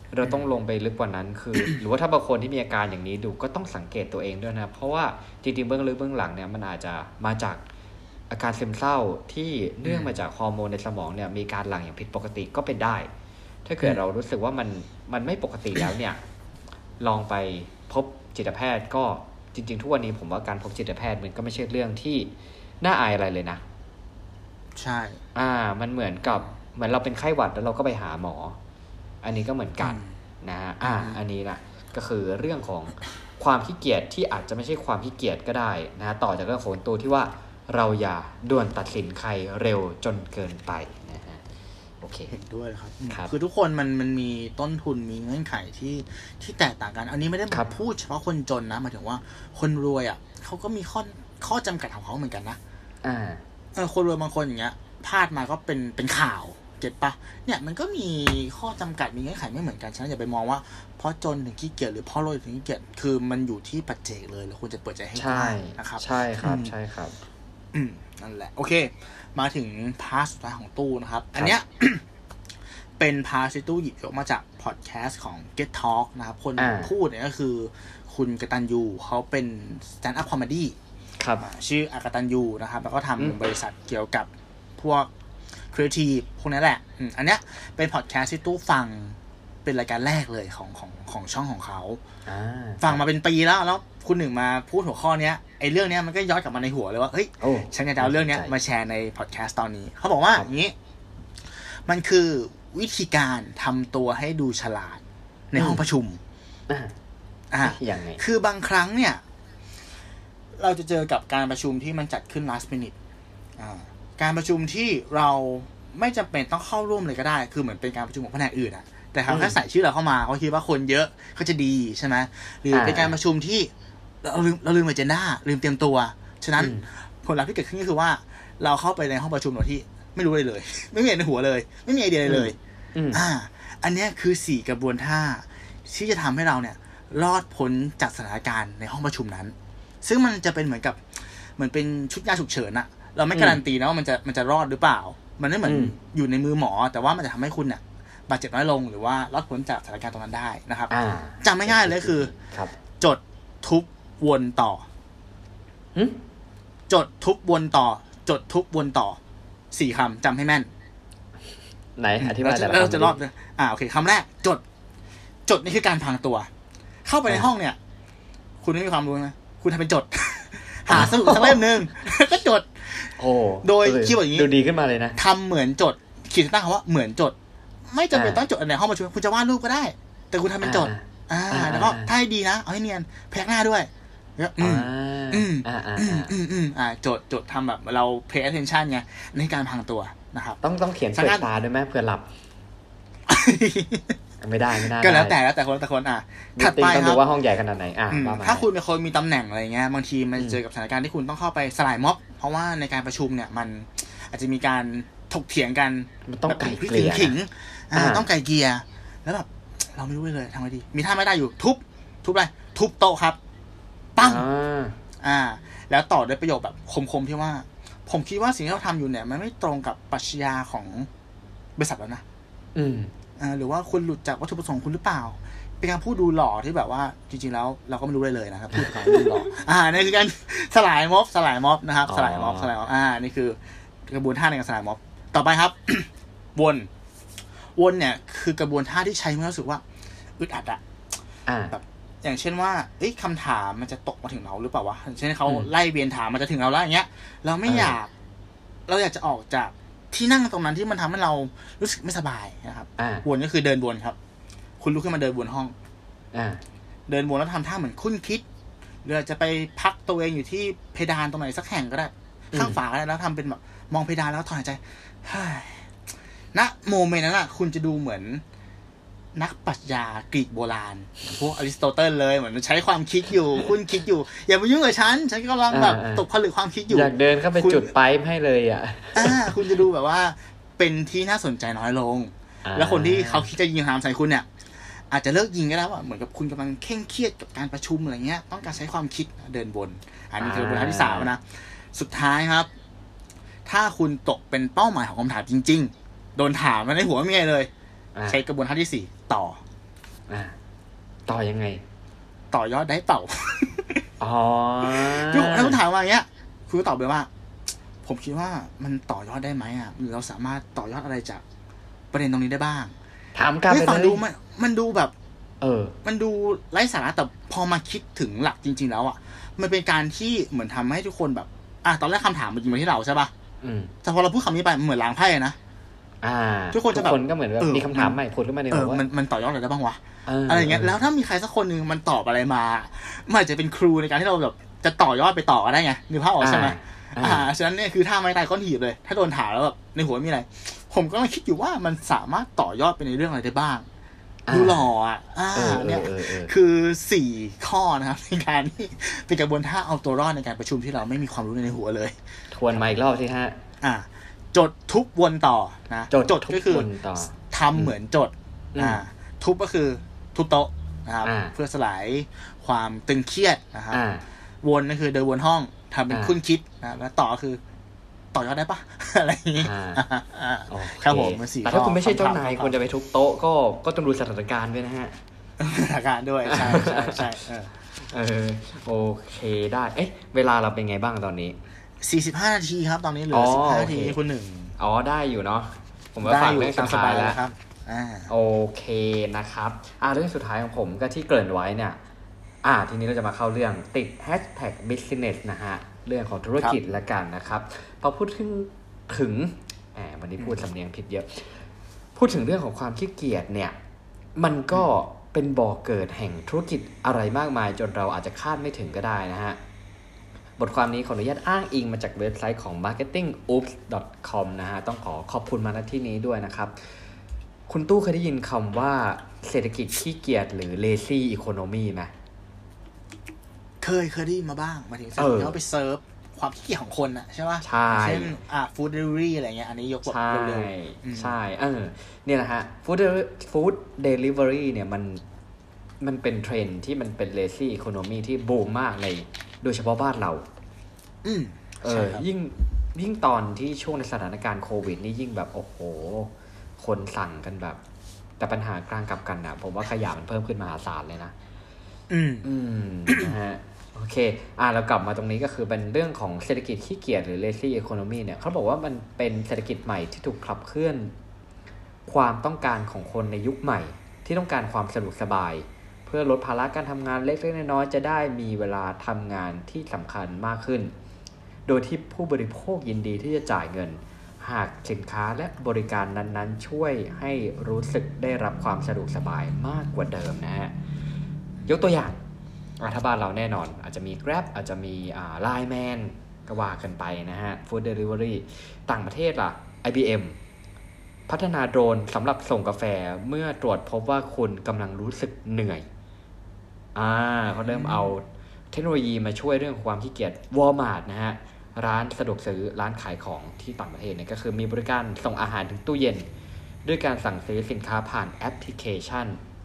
เราต้องลงไปลึกกว่านั้นคือ หรือว่าถ้าบางคนที่มีอาการอย่างนี้ดูก็ต้องสังเกตตัวเองด้วยนะเพราะว่าจริงๆเบื้องลึกเบื้องหลังเนี่ยมันอาจจะมาจากอาการซึมเศร้าที่เนื่องมาจากฮอร์โมนในสมองเนี่ยมีการหลั่งอย่างผิดปกติก็เป็นได้ถ้าเกิดเรารู้สึกว่ามันไม่ปกติแล้วเนี่ยลองไปพบจิตแพทย์ก็จริงๆทุกวันนี้ผมว่าการพบจิตแพทย์มันก็ไม่ใช่เรื่องที่น่าอายอะไรเลยนะใช่มันเหมือนเราเป็นไข้หวัดแล้วเราก็ไปหาหมออันนี้ก็เหมือนกันนะฮะอันนี้นะก็คือเรื่องของความขี้เกียจที่อาจจะไม่ใช่ความขี้เกียจก็ได้นะต่อจากเรื่องของตัวที่ว่าเราอย่าด่วนตัดสินใครเร็วจนเกินไปนะฮะโอเคเห็นด้วยครับคือทุกคนมันมีต้นทุนมีเงื่อนไขที่แตกต่างกันอันนี้ไม่ได้พูดเฉพาะคนจนนะหมายถึงว่าคนรวยอ่ะเขาก็มีข้อจำกัดของเขาเหมือนกันนะคนรวยบางคนอย่างเงี้ยพลาดมาก็เป็นข่าวเก็ตปะเนี่ยมันก็มีข้อจำกัดมีเงื่อนไขไม่เหมือนกันฉะนั้นอย่าไปมองว่าเพราะจนถึงขี้เกียจหรือเพราะรวยถึงขี้เกียจคือมันอยู่ที่ปัจเจกเลยเราควรจะเปิดใจให้ได้นะครับใช่ครับใช่ครับนั่นแหละโอเคมาถึงพาร์ทสุดท้ายของตู้นะครับอันเนี้ย เป็นพาร์ทที่ตู้หยิบยกมาจากพอดแคสต์ของ Get Talk นะครับคนพูดเนี่ยก็คือคุณกตัญญูเขาเป็น stand up comedy ครับชื่ออากตัญญูนะครับแล้วก็ทำบริษัทเกี่ยวกับพวกครีเอทีฟพวกนี้แหละอันเนี้ยเป็นพอดแคสต์ที่ตู้ฟังเป็นรายการแรกเลยของช่องของเขาฟังมาเป็นปีแล้วคุณหนึ่งมาพูดหัวข้อเนี้ยไอ้เรื่องเนี้ยมันก็ย้อนกลับมาในหัวเลยว่าเฮ้ยฉันจะเอาเรื่องเนี้ยมาแชร์ในพอดแคสต์ตอนนี้เขาบอกว่าอย่างนี้มันคือวิธีการทำตัวให้ดูฉลาดในห้องประชุมอย่างไงคือบางครั้งเนี่ยเราจะเจอกับการประชุมที่มันจัดขึ้น last minute การประชุมที่เราไม่จำเป็นต้องเข้าร่วมเลยก็ได้คือเหมือนเป็นการประชุมของแผนกอื่นแต่เขาแค่ใส่ชื่อเราเข้ามาเขาคิดว่าคนเยอะเขาจะดีใช่ไหมหรือเป็นการประชุมที่เราลืม agenda ลืมเตรียมตัวฉะนั้นผลลัพธ์ที่เกิดขึ้นก็คือว่าเราเข้าไปในห้องประชุมโดยที่ไม่รู้เลยไม่มีอะไรในหัวเลยไม่มีไอเดียเลยอันนี้คือ4กระบวนท่าที่จะทำให้เราเนี่ยรอดพ้นจากสถานการณ์ในห้องประชุมนั้นซึ่งมันจะเป็นเหมือนเป็นชุดยาฉุกเฉินอะเราไม่การันตีนะว่ามันจะรอดหรือเปล่ามันไม่เหมือนอยู่ในมือหมอแต่ว่ามันจะทำให้คุณเนี่ยบาดเจ็บน้อยลงหรือว่ารอดพ้นจากสถานการณ์ตรงนั้นได้นะครับจำไม่ง่ายเลยคือจดทุบวนต่อจดทุบวนต่อจดทุบวนต่อ4คำจำให้แม่นไหนอธิบายแต่ละคำเราจะรอบโอเคคำแรกจดนี่คือการพรางตัวเข้าไปในห้องเนี่ยคุณไม่มีความรู้นะคุณทำเป็นจดหาสมุดสักเล่มนึงก็จดโดยคิดว่าอย่างนี้ดูดีขึ้นมาเลยนะทำเหมือนจดขีดตั้งคำว่าเหมือนจดไม่จำเป็นต้องจดในห้องประชุมคุณจะวาดรูปก็ได้แต่คุณทำเป็นจดแล้วก็ถ้าให้ดีนะเอาให้เนียนพยักหน้าด้วยจดทำแบบเรา pay attention ไงในการพรางตัวนะครับต้องเขียนเปิดตาด้วยไหมเผื่อหลับไม่ได้ก็แล้วแต่คนถัดไปครับต้องดูว่าห้องใหญ่ขนาดไหนถ้าคุณเป็นคนมีตำแหน่งอะไรเงี้ยบางทีมันเจอกับสถานการณ์ที่คุณต้องเข้าไปสลายม็อบเพราะว่าในการประชุมเนี่ยมันอาจจะมีการถกเถียงกันต้องไกลเกลี่ยต้องไกลเกลี่ยแล้วแบบเราไม่รู้เลยทำไงดีมีท่าไม่ได้อยู่ทุบอะไรทุบโต๊ะครับปั้งแล้วต่อด้วยประโยคแบบคมๆที่ว่าผมคิดว่าสิ่งที่เราทำอยู่เนี่ยมันไม่ตรงกับปรัชญาของบริษัทแล้วนะหรือว่าคุณหลุดจากวัตถุประสงค์คุณหรือเปล่าเป็นการพูดดูหล่อที่แบบว่าจริงๆแล้วเราก็ไม่รู้เลยนะครับพูดการดูหล่อนี่คือการสลายม็อบนะครับสลายม็อบนี่คือกระบวนท่าในการสลายม็อบต่อไปครับ วนเนี่ยคือกระบวนท่าที่ใช้เมื่อรู้สึกว่าอึดอัดแบบอย่างเช่นว่าคำถามมันจะตกมาถึงเราหรือเปล่าวะเช่นเขาไล่เวียนถามมันจะถึงเราแล้วอย่างเงี้ยเราไม่อยากเราอยากจะออกจากที่นั่งตรงนั้นที่มันทำให้เรารู้สึกไม่สบายนะครับวนก็คือเดินวนครับคุณลุกขึ้นมาเดินวนห้องเดินวนแล้วทำท่าเหมือนคุ้นคิดหรือจะไปพักตัวเองอยู่ที่เพดานตรงไหนสักแห่งก็ได้ข้างฝาก็ได้แล้วทำเป็นแบบมองเพดานแล้วถอนหายใจณโมเมนต์นั้นคุณจะดูเหมือนนักปรัชญากรีกโบราณพวกอริสโตเติลเลยเหมือนใช้ความคิดอยู่คุณคิดอยู่อย่ามายุ่งกับฉันกำลังแบบตกผลึกความคิดอยู่อยากเดินเข้าไปจุดไปให้เลยคุณจะดูแบบว่าเป็นที่น่าสนใจน้อยลงแล้วคนที่เขาคิดจะยิงหามใส่คุณเนี่ยอาจจะเลิกยิงก็ได้ว่าเหมือนกับคุณกำลังเคร่งเครียดกับการประชุมอะไรเงี้ยต้องการใช้ความคิดเดินวนอันนี้คือบทที่ 3นะสุดท้ายครับถ้าคุณตกเป็นเป้าหมายของคำถามจริงๆโดนถามมาในหัวไม่ไงเลยใช้กระบวนท่าที่4ต่อต่อยังไงต่อยอดได้เปล่าอ๋อที่ผมถามมาอย่างเงี้ยคุณตอบไปว่าผมคิดว่ามันต่อยอดได้ไหมหรือเราสามารถต่อยอดอะไรจากประเด็นตรงนี้ได้บ้างถามกันไปเลยดูมันดูแบบมันดูไร้สาระแต่พอมาคิดถึงหลักจริงๆแล้วมันเป็นการที่เหมือนทำให้ทุกคนแบบตอนแรกคำถามมันอยู่ที่เราใช่ป่ะแต่พอเราพูดคำนี้ไปเหมือนล้างไพ่นะทุกคนจะแบบก็เหมือนแบบมีคำถามใหม่พูดขึ้นมาในหัวว่ามันต่อยอดอะไรได้บ้างวะอะไรอย่างเงี้ยแล้วถ้ามีใครสักคนนึงมันตอบอะไรมามันอาจจะเป็นครูในการที่เราแบบจะต่อยอดไปต่อได้ไงนึกภาพออกใช่ไหมฉะนั้นเนี่ยคือถ้าไม่ตายก้อนหีบเลยถ้าโดนถามแล้วแบบในหัวมีอะไรผมก็คิดอยู่ว่ามันสามารถต่อยอดไปในเรื่องอะไรได้บ้างดูหล่อเนี่ยคือ4ข้อนะครับในการที่เป็นกระบวนท่าเอาตัวรอดในการประชุมที่เราไม่มีความรู้ในหัวเลยทวนมาอีกรอบสิฮะจดทุบวนต่อนะจดก็คือทำเหมือนจดทุบก็คือทุบโต๊ะนะครับเพื่อสลายความตึงเครียดนะครับวนก็คือเดินวนห้องทำเป็นคุ้นคิดนะแล้วต่อคือต่อยอดได้ปะอะไรอย่างนี้ครับผมแต่ถ้าคุณไม่ใช่เจ้านายคุณจะไปทุบโต๊ะก็ต้องดูสถานการณ์ด้วยนะฮะสถานการณ์ด้วยใช่ใช่โอเคได้เวลาเราเป็นไงบ้างตอนนี้ 45นาทีครับตอนนี้เหลือ15นาทีคุณหนึ่งได้อยู่เนาะผมว่าฟังเรื่องสุดท้ายแล้วโอเคนะครับเรื่องสุดท้ายของผมก็ที่เกริ่นไว้เนี่ยทีนี้เราจะมาเข้าเรื่องติด #business นะฮะเรื่องของธุรกิจละกันนะครับพอพูดถึงวันนี้พูดสำเนียงผิดเยอะพูดถึงเรื่องของความขี้เกียจเนี่ยมันก็เป็นบ่อเกิดแห่งธุรกิจอะไรมากมายจนเราอาจจะคาดไม่ถึงก็ได้นะฮะบทความนี้ขออนุญาตอ้างอิงมาจากเว็บไซต์ของ marketingoops.com นะฮะต้องขอบคุณมาณที่นี้ด้วยนะครับคุณตู้เคยได้ยินคำว่าเศรษฐกิจขี้เกียจหรือ lazy economy ไหมเคยได้ยินมาบ้างมาถึงสิ่งที่เขาไปเซิร์ฟความขี้เกียจของคนใช่ป่ะเช่นฟู้ดเดลิเวอรี่อะไรเงี้ยอันนี้ยกแบบเร็วๆใช่เนี่ยนะฮะฟู้ดเดลิเวอรี่เนี่ยมันเป็นเทรนด์ที่มันเป็น lazy economy ที่บูมมากในโดยเฉพาะบ้านเรายิ่งตอนที่ช่วงในสถานการณ์โควิดนี่ยิ่งแบบโอ้โหคนสั่งกันแบบแต่ปัญหากลางกับกันนะผมว่าขยะมันเพิ่มขึ้นมหาศาลเลยนะนะฮะโอเคเรากลับมาตรงนี้ก็คือเป็นเรื่องของเศรษฐกิจขี้เกียจหรือ lazy economy เนี่ยเขาบอกว่ามันเป็นเศรษฐกิจใหม่ที่ถูกขับเคลื่อนความต้องการของคนในยุคใหม่ที่ต้องการความสะดวกสบายเพื่อลดภาระการทำงานเล็กๆน้อยๆจะได้มีเวลาทำงานที่สำคัญมากขึ้นโดยที่ผู้บริโภคยินดีที่จะจ่ายเงินหากสินค้าและบริการนั้นๆช่วยให้รู้สึกได้รับความสะดวกสบายมากกว่าเดิมนะฮะยกตัวอย่างถ้าบ้านเราแน่นอนอาจจะมี Grab อาจจะมีLine Man ก็ว่ากันไปนะฮะ Food Delivery ต่างประเทศล่ะ IBM พัฒนาโดรนสำหรับส่งกาแฟเมื่อตรวจพบว่าคุณกำลังรู้สึกเหนื่อยเขาเริ่มเอาเทคโนโลยีมาช่วยเรื่องความขี้เกียจ Walmart นะฮะร้านสะดวกซื้อร้านขายของที่ต่างประเทศเนี่ยก็คือมีบริการส่งอาหารถึงตู้เย็นด้วยการสั่งซื้อสินค้าผ่านแอปพลิเคชัน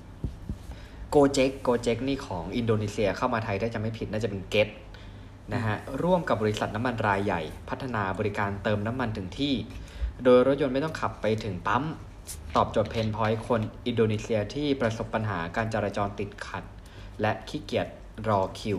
Gojek นี่ของอินโดนีเซียเข้ามาไทยถ้าจะไม่ผิดน่าจะเป็น Get นะฮะร่วมกับบริษัทน้ำมันรายใหญ่พัฒนาบริการเติมน้ำมันถึงที่โดยรถยนต์ไม่ต้องขับไปถึงปั๊มตอบโจทย์เพนพอยต์คนอินโดนีเซียที่ประสบปัญหาการจราจรติดขัดและขี้เกียจรอคิว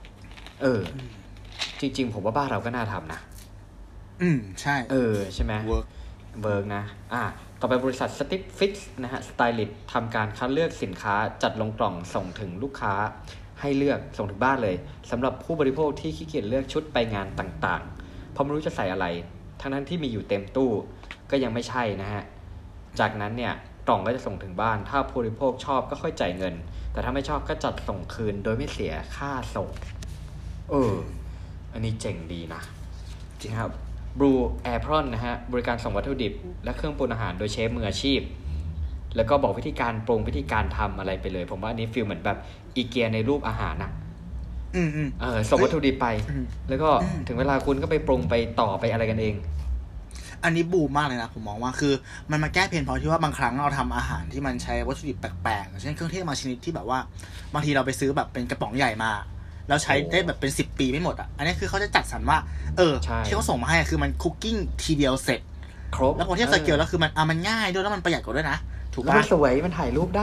จริงๆผมว่าบ้านเราก็น่าทำนะใช่ใช่ไหมเวิร์กนะต่อไปบริษัท Stitch Fix นะฮะ Stylist ทำการคัดเลือกสินค้าจัดลงกล่องส่งถึงลูกค้าให้เลือกส่งถึงบ้านเลยสำหรับผู้บริโภคที่ขี้เกียจเลือกชุดไปงานต่างๆเพราะไม่รู้จะใส่อะไรทั้งนั้นที่มีอยู่เต็มตู้ก็ยังไม่ใช่นะฮะจากนั้นเนี่ยกล่องก็จะส่งถึงบ้านถ้าผู้บริโภคชอบก็ค่อยจ่ายเงินแต่ถ้าไม่ชอบก็จัดส่งคืนโดยไม่เสียค่าส่งอันนี้เจ๋งดีนะจริงครับBlue Apron นะฮะบริการส่งวัตถุดิบและเครื่องปรุงอาหารโดยเชฟมืออาชีพแล้วก็บอกวิธีการปรุงวิธีการทำอะไรไปเลยผมว่าอันนี้ฟีลเหมือนแบบอีเกียในรูปอาหารนะส่งวัตถุดิบไปแล้วก็ถึงเวลาคุณก็ไปปรุงไปต่อไปอะไรกันเองอันนี้บูมมากเลยนะผมมองว่าคือมันมาแก้เพนพอยท์ที่ว่าบางครั้งเราทำอาหารที่มันใช้วัตถุดิบแปลกๆเช่นเครื่องเทศมาชนิดที่แบบว่าบางทีเราไปซื้อแบบเป็นกระป๋องใหญ่มาแล้วใช้ได้แบบเป็น10 ปีไม่หมดอันนี้คือเขาจะจัดสรรว่าที่เขาส่งมาให้คือมันคุกกิ้งทีเดียวเสร็จครบแล้วพอเทียบสเกลแล้วคือมันง่ายด้วยแล้วมันประหยัดกว่าด้วยนะถูกป่ะมันสวยมันถ่ายรูปได้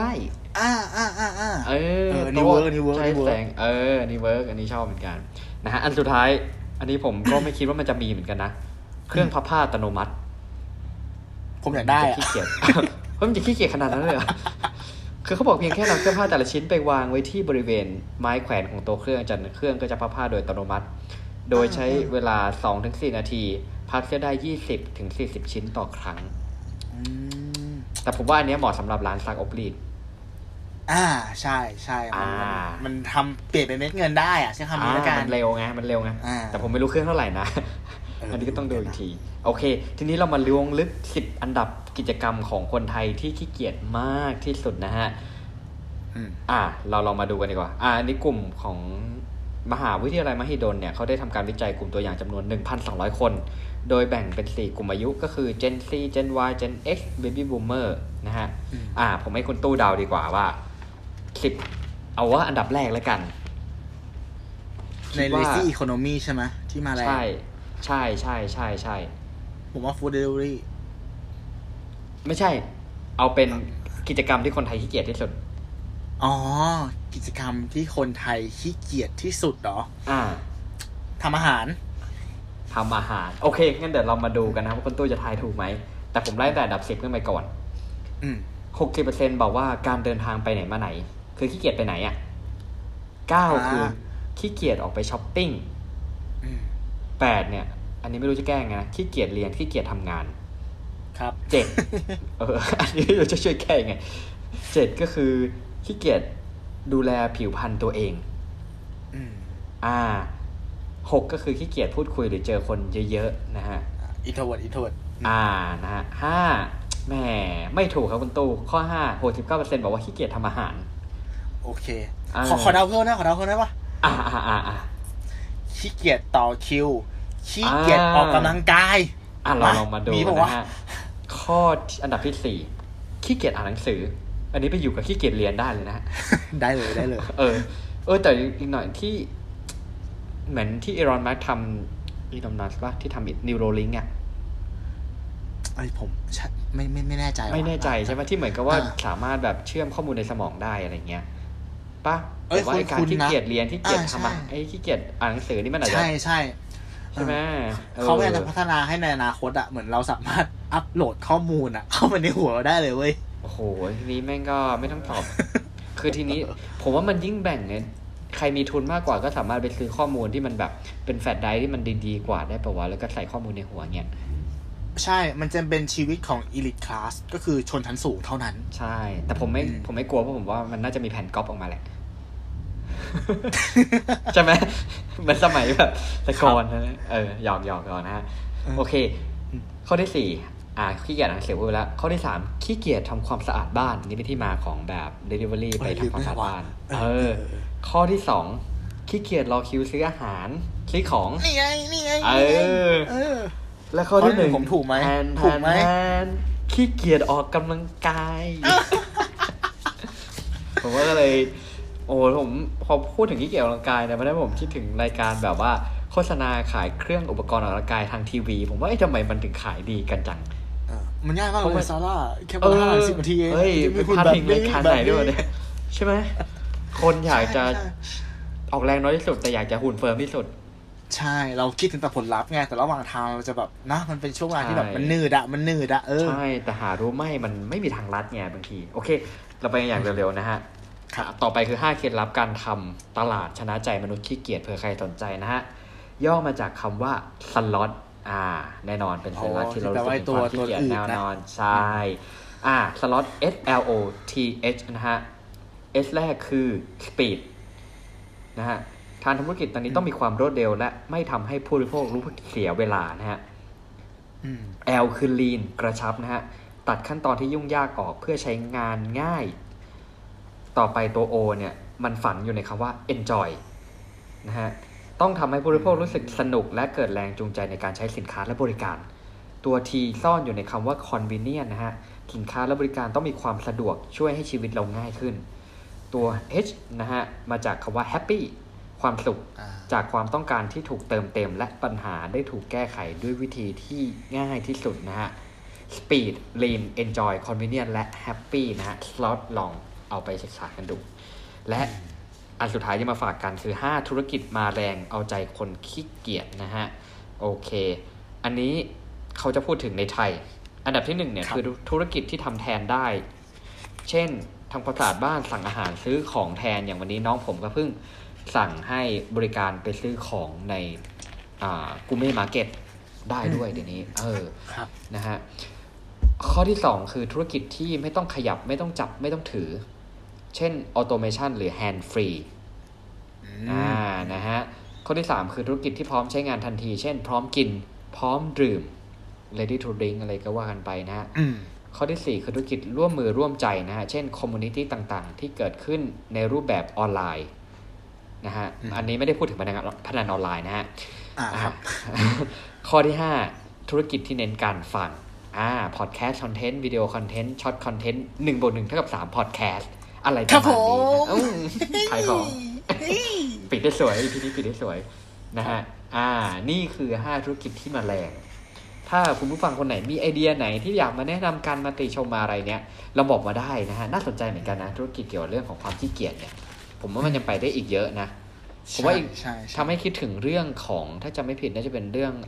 นี่เวิร์กใช้แสงนี่เวิร์กอันนี้ชอบเหมือนกันนะฮะอันสุดท้ายอันนี้ผมก็ไม่คิดว่ามันจะมีเหมือนกันนะเครื่องพับผ้าอัตโนมัติผมอยากได้ขี้เกียจเพราะมันจะขี้เกียจขนาดนั้นเลยเหรอคือเขาบอกเพียงแค่นำเสื้อผ้าแต่ละชิ้นไปวางไว้ที่บริเวณไม้แขวนของตัวเครื่องเครื่องก็จะพับผ้าโดยอัตโนมัติโดยใช้เวลา 2-4 นาทีพับเสื้อได้ 20-40 ชิ้นต่อครั้งแต่ผมว่าอันนี้เหมาะสำหรับร้านซักอบรีดใช่มันทำเปลี่ยนเป็นเม็ดเงินได้ใช้คำนี้แล้วกันมันเร็วไงแต่ผมไม่รู้เครื่องเท่าไหร่นะอันนี้ก็ต้องดูอีกทีโอเคทีนี้เรามาล้วงลึก10อันดับกิจกรรมของคนไทยที่ขี้เกียจมากที่สุดนะฮะเราลองมาดูกันดีกว่าอันนี้กลุ่มของมหาวิทยาลัยมหิดลเนี่ยเขาได้ทำการวิจัยกลุ่มตัวอย่างจำนวน 1,200 คนโดยแบ่งเป็น4กลุ่มอายุก็คือ Gen Z Gen Y Gen X Baby Boomer นะฮะผมให้คุณตู้เดาดีกว่าว่า10เอาว่าอันดับแรกแล้วกันใน Lazy Economy ใช่ไหมที่มาแรงใช่ผมว่า Food Delivery ไม่ใช่เอาเป็นกิจกรรมที่คนไทยขี้เกียจที่สุดกิจกรรมที่คนไทยขี้เกียจที่สุดเหรอทำอาหารโอเคงั้นเดี๋ยวเรามาดูกันนะว่าคุณตู้จะทายถูกไหมแต่ผมไล่แต่อันดับ10ขึ้นไปก่อน 60% บอกว่าการเดินทางไปไหนมาไหนคือขี้เกียจไปไหน9คือขี้เกียจออกไปช้อปปิ้ง8เนี่ยอันนี้ไม่รู้จะแก้ไงนะขี้เกียจเรียนขี้เกียจทำงานครับ 7อันนี้เราจะช่วยแก้ยังไง7ก็คือขี้เกียจดูแลผิวพรรณตัวเอง6ก็คือขี้เกียจพูดคุยหรือเจอคนเยอะๆนะฮะ introvert นะฮะ5แหมไม่ถูกครับคุณตู้ข้อ5 69% บอกว่าขี้เกียจทำอาหารโอเคขอเดาเพิ่มได้ปะขี้เกียจต่อคิวขี้เกียจออกกำลังกายเราลองมาดูนะฮะข้ออันดับที่4ขี้เกียจอ่านหนังสืออันนี้ไปอยู่กับขี้เกียจเรียนได้เลยนะได้เลยแต่อีกหน่อยที่เหมือนที่อีลอนมัสก์ทำอีลอนมัสก์ป่ะที่ทำนิวโรลิงก์ผมไม่แน่ใจใช่ไหมที่เหมือนกับว่าสามารถแบบเชื่อมข้อมูลในสมองได้อะไรเงี้ยป่ะแต่ว่าการขี้เกียจเรียนขี้เกียจทำขี้เกียจอ่านหนังสือนี่มันอาจจะใช่ไหมเขาอยากจะพัฒนาให้ในอนาคตเหมือนเราสามารถอัปโหลดข้อมูลเข้ามาในหัวได้เลยเว้ยโอ้โหทีนี้แม่งก็ไม่ต้องตอบ คือทีนี้ผมว่ามันยิ่งแบ่งเนี่ยใครมีทุนมากกว่าก็สามารถไปซื้อข้อมูลที่มันแบบเป็นแฟลชไดรฟ์ที่มันดีกว่าได้ป่าววะแล้วก็ใส่ข้อมูลในหัวเนี่ยใช่มันจะเป็นชีวิตของ elite class ก็คือชนชั้นสูงเท่านั้นใช่แต่ผมไม่กลัวเพราะผมว่ามันน่าจะมีแผ่นก๊อปออกมาแหละ ใช่ไหมเหมือนสมัยแบบแต่ก่อนนะหยอกก่อนนะฮะโอเคข้อที่4ขี้เกียจอ่านหนังสือพูดไปแล้วข้อที่3ขี้เกียจทำความสะอาดบ้านนี่เป็นที่มาของแบบ delivery ไปทำความสะอาดบ้านข้อที่2ขี้เกียจรอคิวซื้ออาหารซื้อของนี่ไงแล้วข้อที่1 ผมถูกไหมขี้เกียจออกกำลังกายผมว่าก็เลยผมพอพูดถึงขี้เกียจออกกำลังกายเนี่ยมันได้ผมคิดถึงรายการแบบว่าโฆษณาขายเครื่องอุปกรณ์ออกกำลังกายทางทีวีผมว่าทำไมมันถึงขายดีกันจังมันง่ายมากเลยซาร่าแค่ประมาณ10 นาทีเองมีคุณแบบรายการไหนด้วยเนี่ยใช่ไหมคนอยากจะออกแรงน้อยที่สุดแต่อยากจะหุ่นเฟิร์มที่สุดใช่เราคิดถึงแต่ผลลัพธ์ไงแต่ระหว่างทางเราจะแบบนะมันเป็นช่วงเวลาที่แบบมันนืดใช่แต่หารู้ไหมมันไม่มีทางลัดไงบางทีโอเคเราไปอย่างเร็วๆนะฮะต่อไปคือ5เคล็ดลับการทำตลาดชนะใจมนุษย์ขี้เกียจเผื่อใครสนใจนะฮะย่อมาจากคำว่าสล็อตแน่นอนเป็นสัญลักษณ์ที่เรารู้สึกถึงความขี้เกียจแน่นอนใช่สล็อต SLOTH นะฮะ S แรกคือ speed นะฮะการทำธุรกิจตอนนี้ต้องมีความรวดเร็วและไม่ทำให้ผู้บริโภครู้สึกเสียเวลานะฮะ L คือ lean กระชับนะฮะตัดขั้นตอนที่ยุ่งยากออกเพื่อใช้งานง่ายต่อไปตัว O เนี่ยมันฝังอยู่ในคำว่า enjoy นะฮะต้องทำให้ผู้บริโภครู้สึกสนุกและเกิดแรงจูงใจในการใช้สินค้าและบริการตัว T ซ่อนอยู่ในคำว่า convenient นะฮะสินค้าและบริการต้องมีความสะดวกช่วยให้ชีวิตเราง่ายขึ้นตัว H นะฮะมาจากคำว่า happy ความสุขจากความต้องการที่ถูกเติมเต็มและปัญหาได้ถูกแก้ไขด้วยวิธีที่ง่ายที่สุดนะฮะ speed lean enjoy convenient และ happy นะฮะ slot long เอาไปศึกษากันดูและอันสุดท้ายที่มาฝากกันคือ5ธุรกิจมาแรงเอาใจคนขี้เกียจนะฮะโอเคอันนี้เขาจะพูดถึงในไทยอันดับที่1เนี่ยคือธุรกิจที่ทำแทนได้เช่นทำความสะอาดบ้านสั่งอาหารซื้อของแทนอย่างวันนี้น้องผมก็เพิ่งสั่งให้บริการไปซื้อของในกูเม่มาร์เก็ตได้ด้วยเดี๋ยวนี้นะฮะข้อที่2คือธุรกิจที่ไม่ต้องขยับไม่ต้องจับไม่ต้องถือเช่นออโตเมชันหรือแฮนด์ฟรีนะฮะข้อที่3คือธุรกิจที่พร้อมใช้งานทันทีเช่นพร้อมกินพร้อมดื่ม ready to drink อะไรก็ว่ากันไปนะฮะข้อที่4คือธุรกิจร่วมมือร่วมใจนะฮะเช่นคอมมูนิตี้ต่างๆที่เกิดขึ้นในรูปแบบออนไลน์นะฮะอันนี้ไม่ได้พูดถึงพนันออนไลน์นะฮะข้อที่5ธุรกิจที่เน้นการฟังพอดแคสต์คอนเทนต์วิดีโอคอนเทนต์ช็อตคอนเทนต์1+1 เท่ากับ3พอดแคสต์อะไรประมาณนี้ขายของปิดได้สวยพี่นี้ปิดได้สวยนะฮะนี่คือ5ธุรกิจที่มาแรงถ้าคุณผู้ฟังคนไหนมีไอเดียไหนที่อยากมาแนะนำกันมาติชมมาอะไรเนี้ยเราบอกมาได้นะฮะน่าสนใจเหมือนกันนะธุรกิจเกี่ยวกับเรื่องของความขี้เกียจเนี่ยผมว่ามันยังไปได้อีกเยอะนะผมว่าทำให้คิดถึงเรื่องของถ้าจำไม่ผิดน่าจะเป็นเรื่อง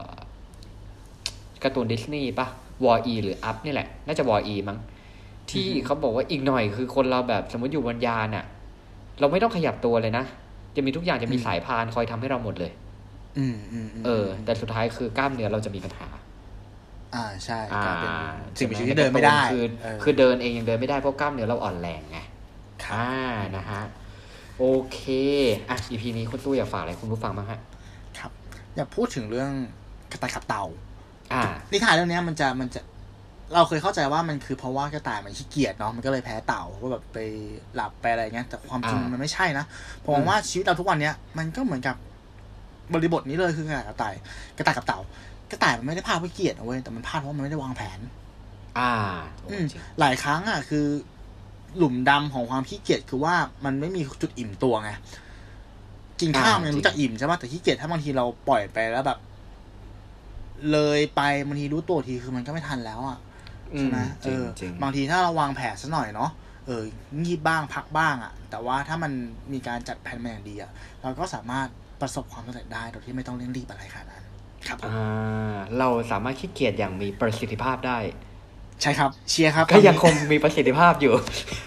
การ์ตูนดิสนีย์ป่ะวอลอีหรืออัพนี่แหละน่าจะวอลอีมั้งที่เขาบอกว่าอีกหน่อยคือคนเราแบบสมมติอยู่บนยานน่ะเราไม่ต้องขยับตัวเลยนะจะมีทุกอย่างจะมีสายพานคอยทำให้เราหมดเลยแต่สุดท้ายคือกล้ามเนื้อเราจะมีปัญหาใช่เป็นสิ่งมีชีวิตที่เดินไม่ได้คือเดินเองยังเดินไม่ได้เพราะกล้ามเนื้อเราอ่อนแรงไงนะฮะโอเคEP นี้คุณตู้อยากฝากอะไรคุณผู้ฟังบ้างฮะครับอยากพูดถึงเรื่องกระต่ายขับเต่านิทานเรื่องนี้มันจะเราเคยเข้าใจว่ามันคือเพราะว่ากระต่ายมันขี้เกียจเนาะมันก็เลยแพ้เต่าก็แบบไปหลับไปอะไรเงี้ยแต่ความจริงมันไม่ใช่นะผมมองว่าชีวิตเราทุกวันเนี้ยมันก็เหมือนกับบริบทนี้เลยคือกระต่ายกับเต่ากระต่ายมันไม่ได้พลาดเพราะเกียจนะเว้ยแต่มันพลาดเพราะมันไม่ได้วางแผนหลายครั้งคือหลุมดำของความขี้เกียจคือว่ามันไม่มีจุดอิ่มตัวไงกินข้าวมันรู้จักอิ่มใช่ป่ะแต่ขี้เกียจถ้าบางทีเราปล่อยไปแล้วแบบเลยไปบางทีรู้ตัวทีคือมันก็ไม่ทันแล้วใช่ไหมบางทีถ้าเราวางแผนซะหน่อยเนาะงีบบ้างพักบ้างแต่ว่าถ้ามันมีการจัดแผนมาอย่างดีเราก็สามารถประสบความสำเร็จได้โดยที่ไม่ต้องเร่งรีบอะไรขนาดนั้นครับเราสามารถขี้เกียจอย่างมีประสิทธิภาพได้ใช่ครับเชียร์ครับก็ยังคงมีประสิทธิภาพอยู่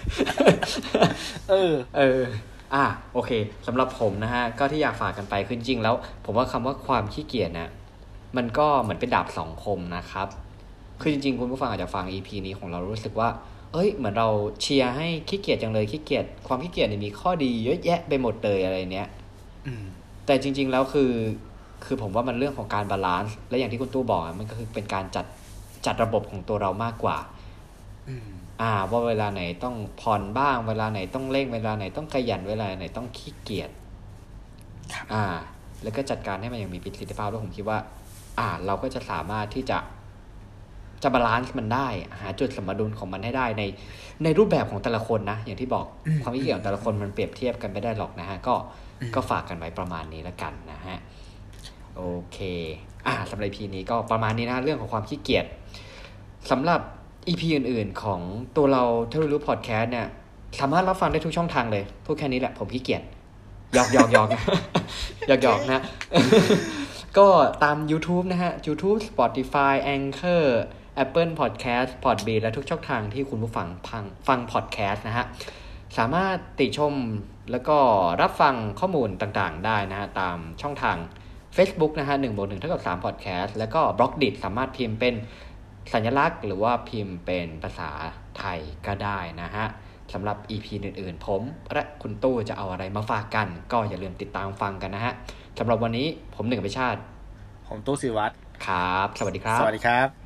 โอเคสำหรับผมนะฮะก็ที่อยากฝากกันไปคือจริงแล้วผมว่าคำว่าความขี้เกียจนะมันก็เหมือนเป็นดาบสองคมนะครับคือจริงๆคุณผู้ฟังอาจจะฟัง EP นี้ของเรารู้สึกว่าเหมือนเราเชียร์ให้ขี้เกียจจังเลยขี้เกียจความขี้เกียจเนี่ยมีข้อดีเยอะแยะไปหมดเลยอะไรเนี้ยแต่จริงๆแล้วคือผมว่ามันเรื่องของการบาลานซ์และอย่างที่คุณตู้บอกมันก็คือเป็นการจัดระบบของตัวเรามากกว่าว่าเวลาไหนต้องผ่อนบ้างเวลาไหนต้องเร่งเวลาไหนต้องขยันเวลาไหนต้องขี้เกียจแล้วก็จัดการให้มันอย่างมีประสิทธิภาพแล้วผมคิดว่าเราก็จะสามารถที่จะบาลานซ์มันได้หาจุดสมดุลของมันให้ได้ในรูปแบบของแต่ละคนนะอย่างที่บอกความขี้เกียจของแต่ละคนมันเปรียบเทียบกันไม่ได้หรอกนะฮะก็ฝากกันไว้ประมาณนี้แล้วกันนะฮะโอเคสำหรับ EP นี้ก็ประมาณนี้นะเรื่องของความขี้เกียจสำหรับ EP อื่นๆของตัวเราเทเลรู้พอดแคสต์เนี่ยสามารถรับฟังได้ทุกช่องทางเลยพูดแค่นี้แหละผมขี้เกียจหยอกหยอกนะ ก็ตาม YouTube นะฮะ YouTube Spotify Anchor Apple Podcast Podbean และทุกช่องทางที่คุณผู้ฟังฟัง podcast นะฮะสามารถติชมแล้วก็รับฟังข้อมูลต่างๆได้นะฮะตามช่องทาง Facebook นะฮะ 1+1 เท่ากับ3 podcast แล้วก็ Blogdit สามารถพิมพ์เป็นสัญลักษณ์หรือว่าพิมพ์เป็นภาษาไทยก็ได้นะฮะสำหรับ EP อื่นๆผมและคุณตู้จะเอาอะไรมาฝากกันก็อย่าลืมติดตามฟังกันนะฮะสำหรับวันนี้ผมหนึ่งอภิชาติผมตู้ศิวัตรครับสวัสดีครับสวัสดีครับ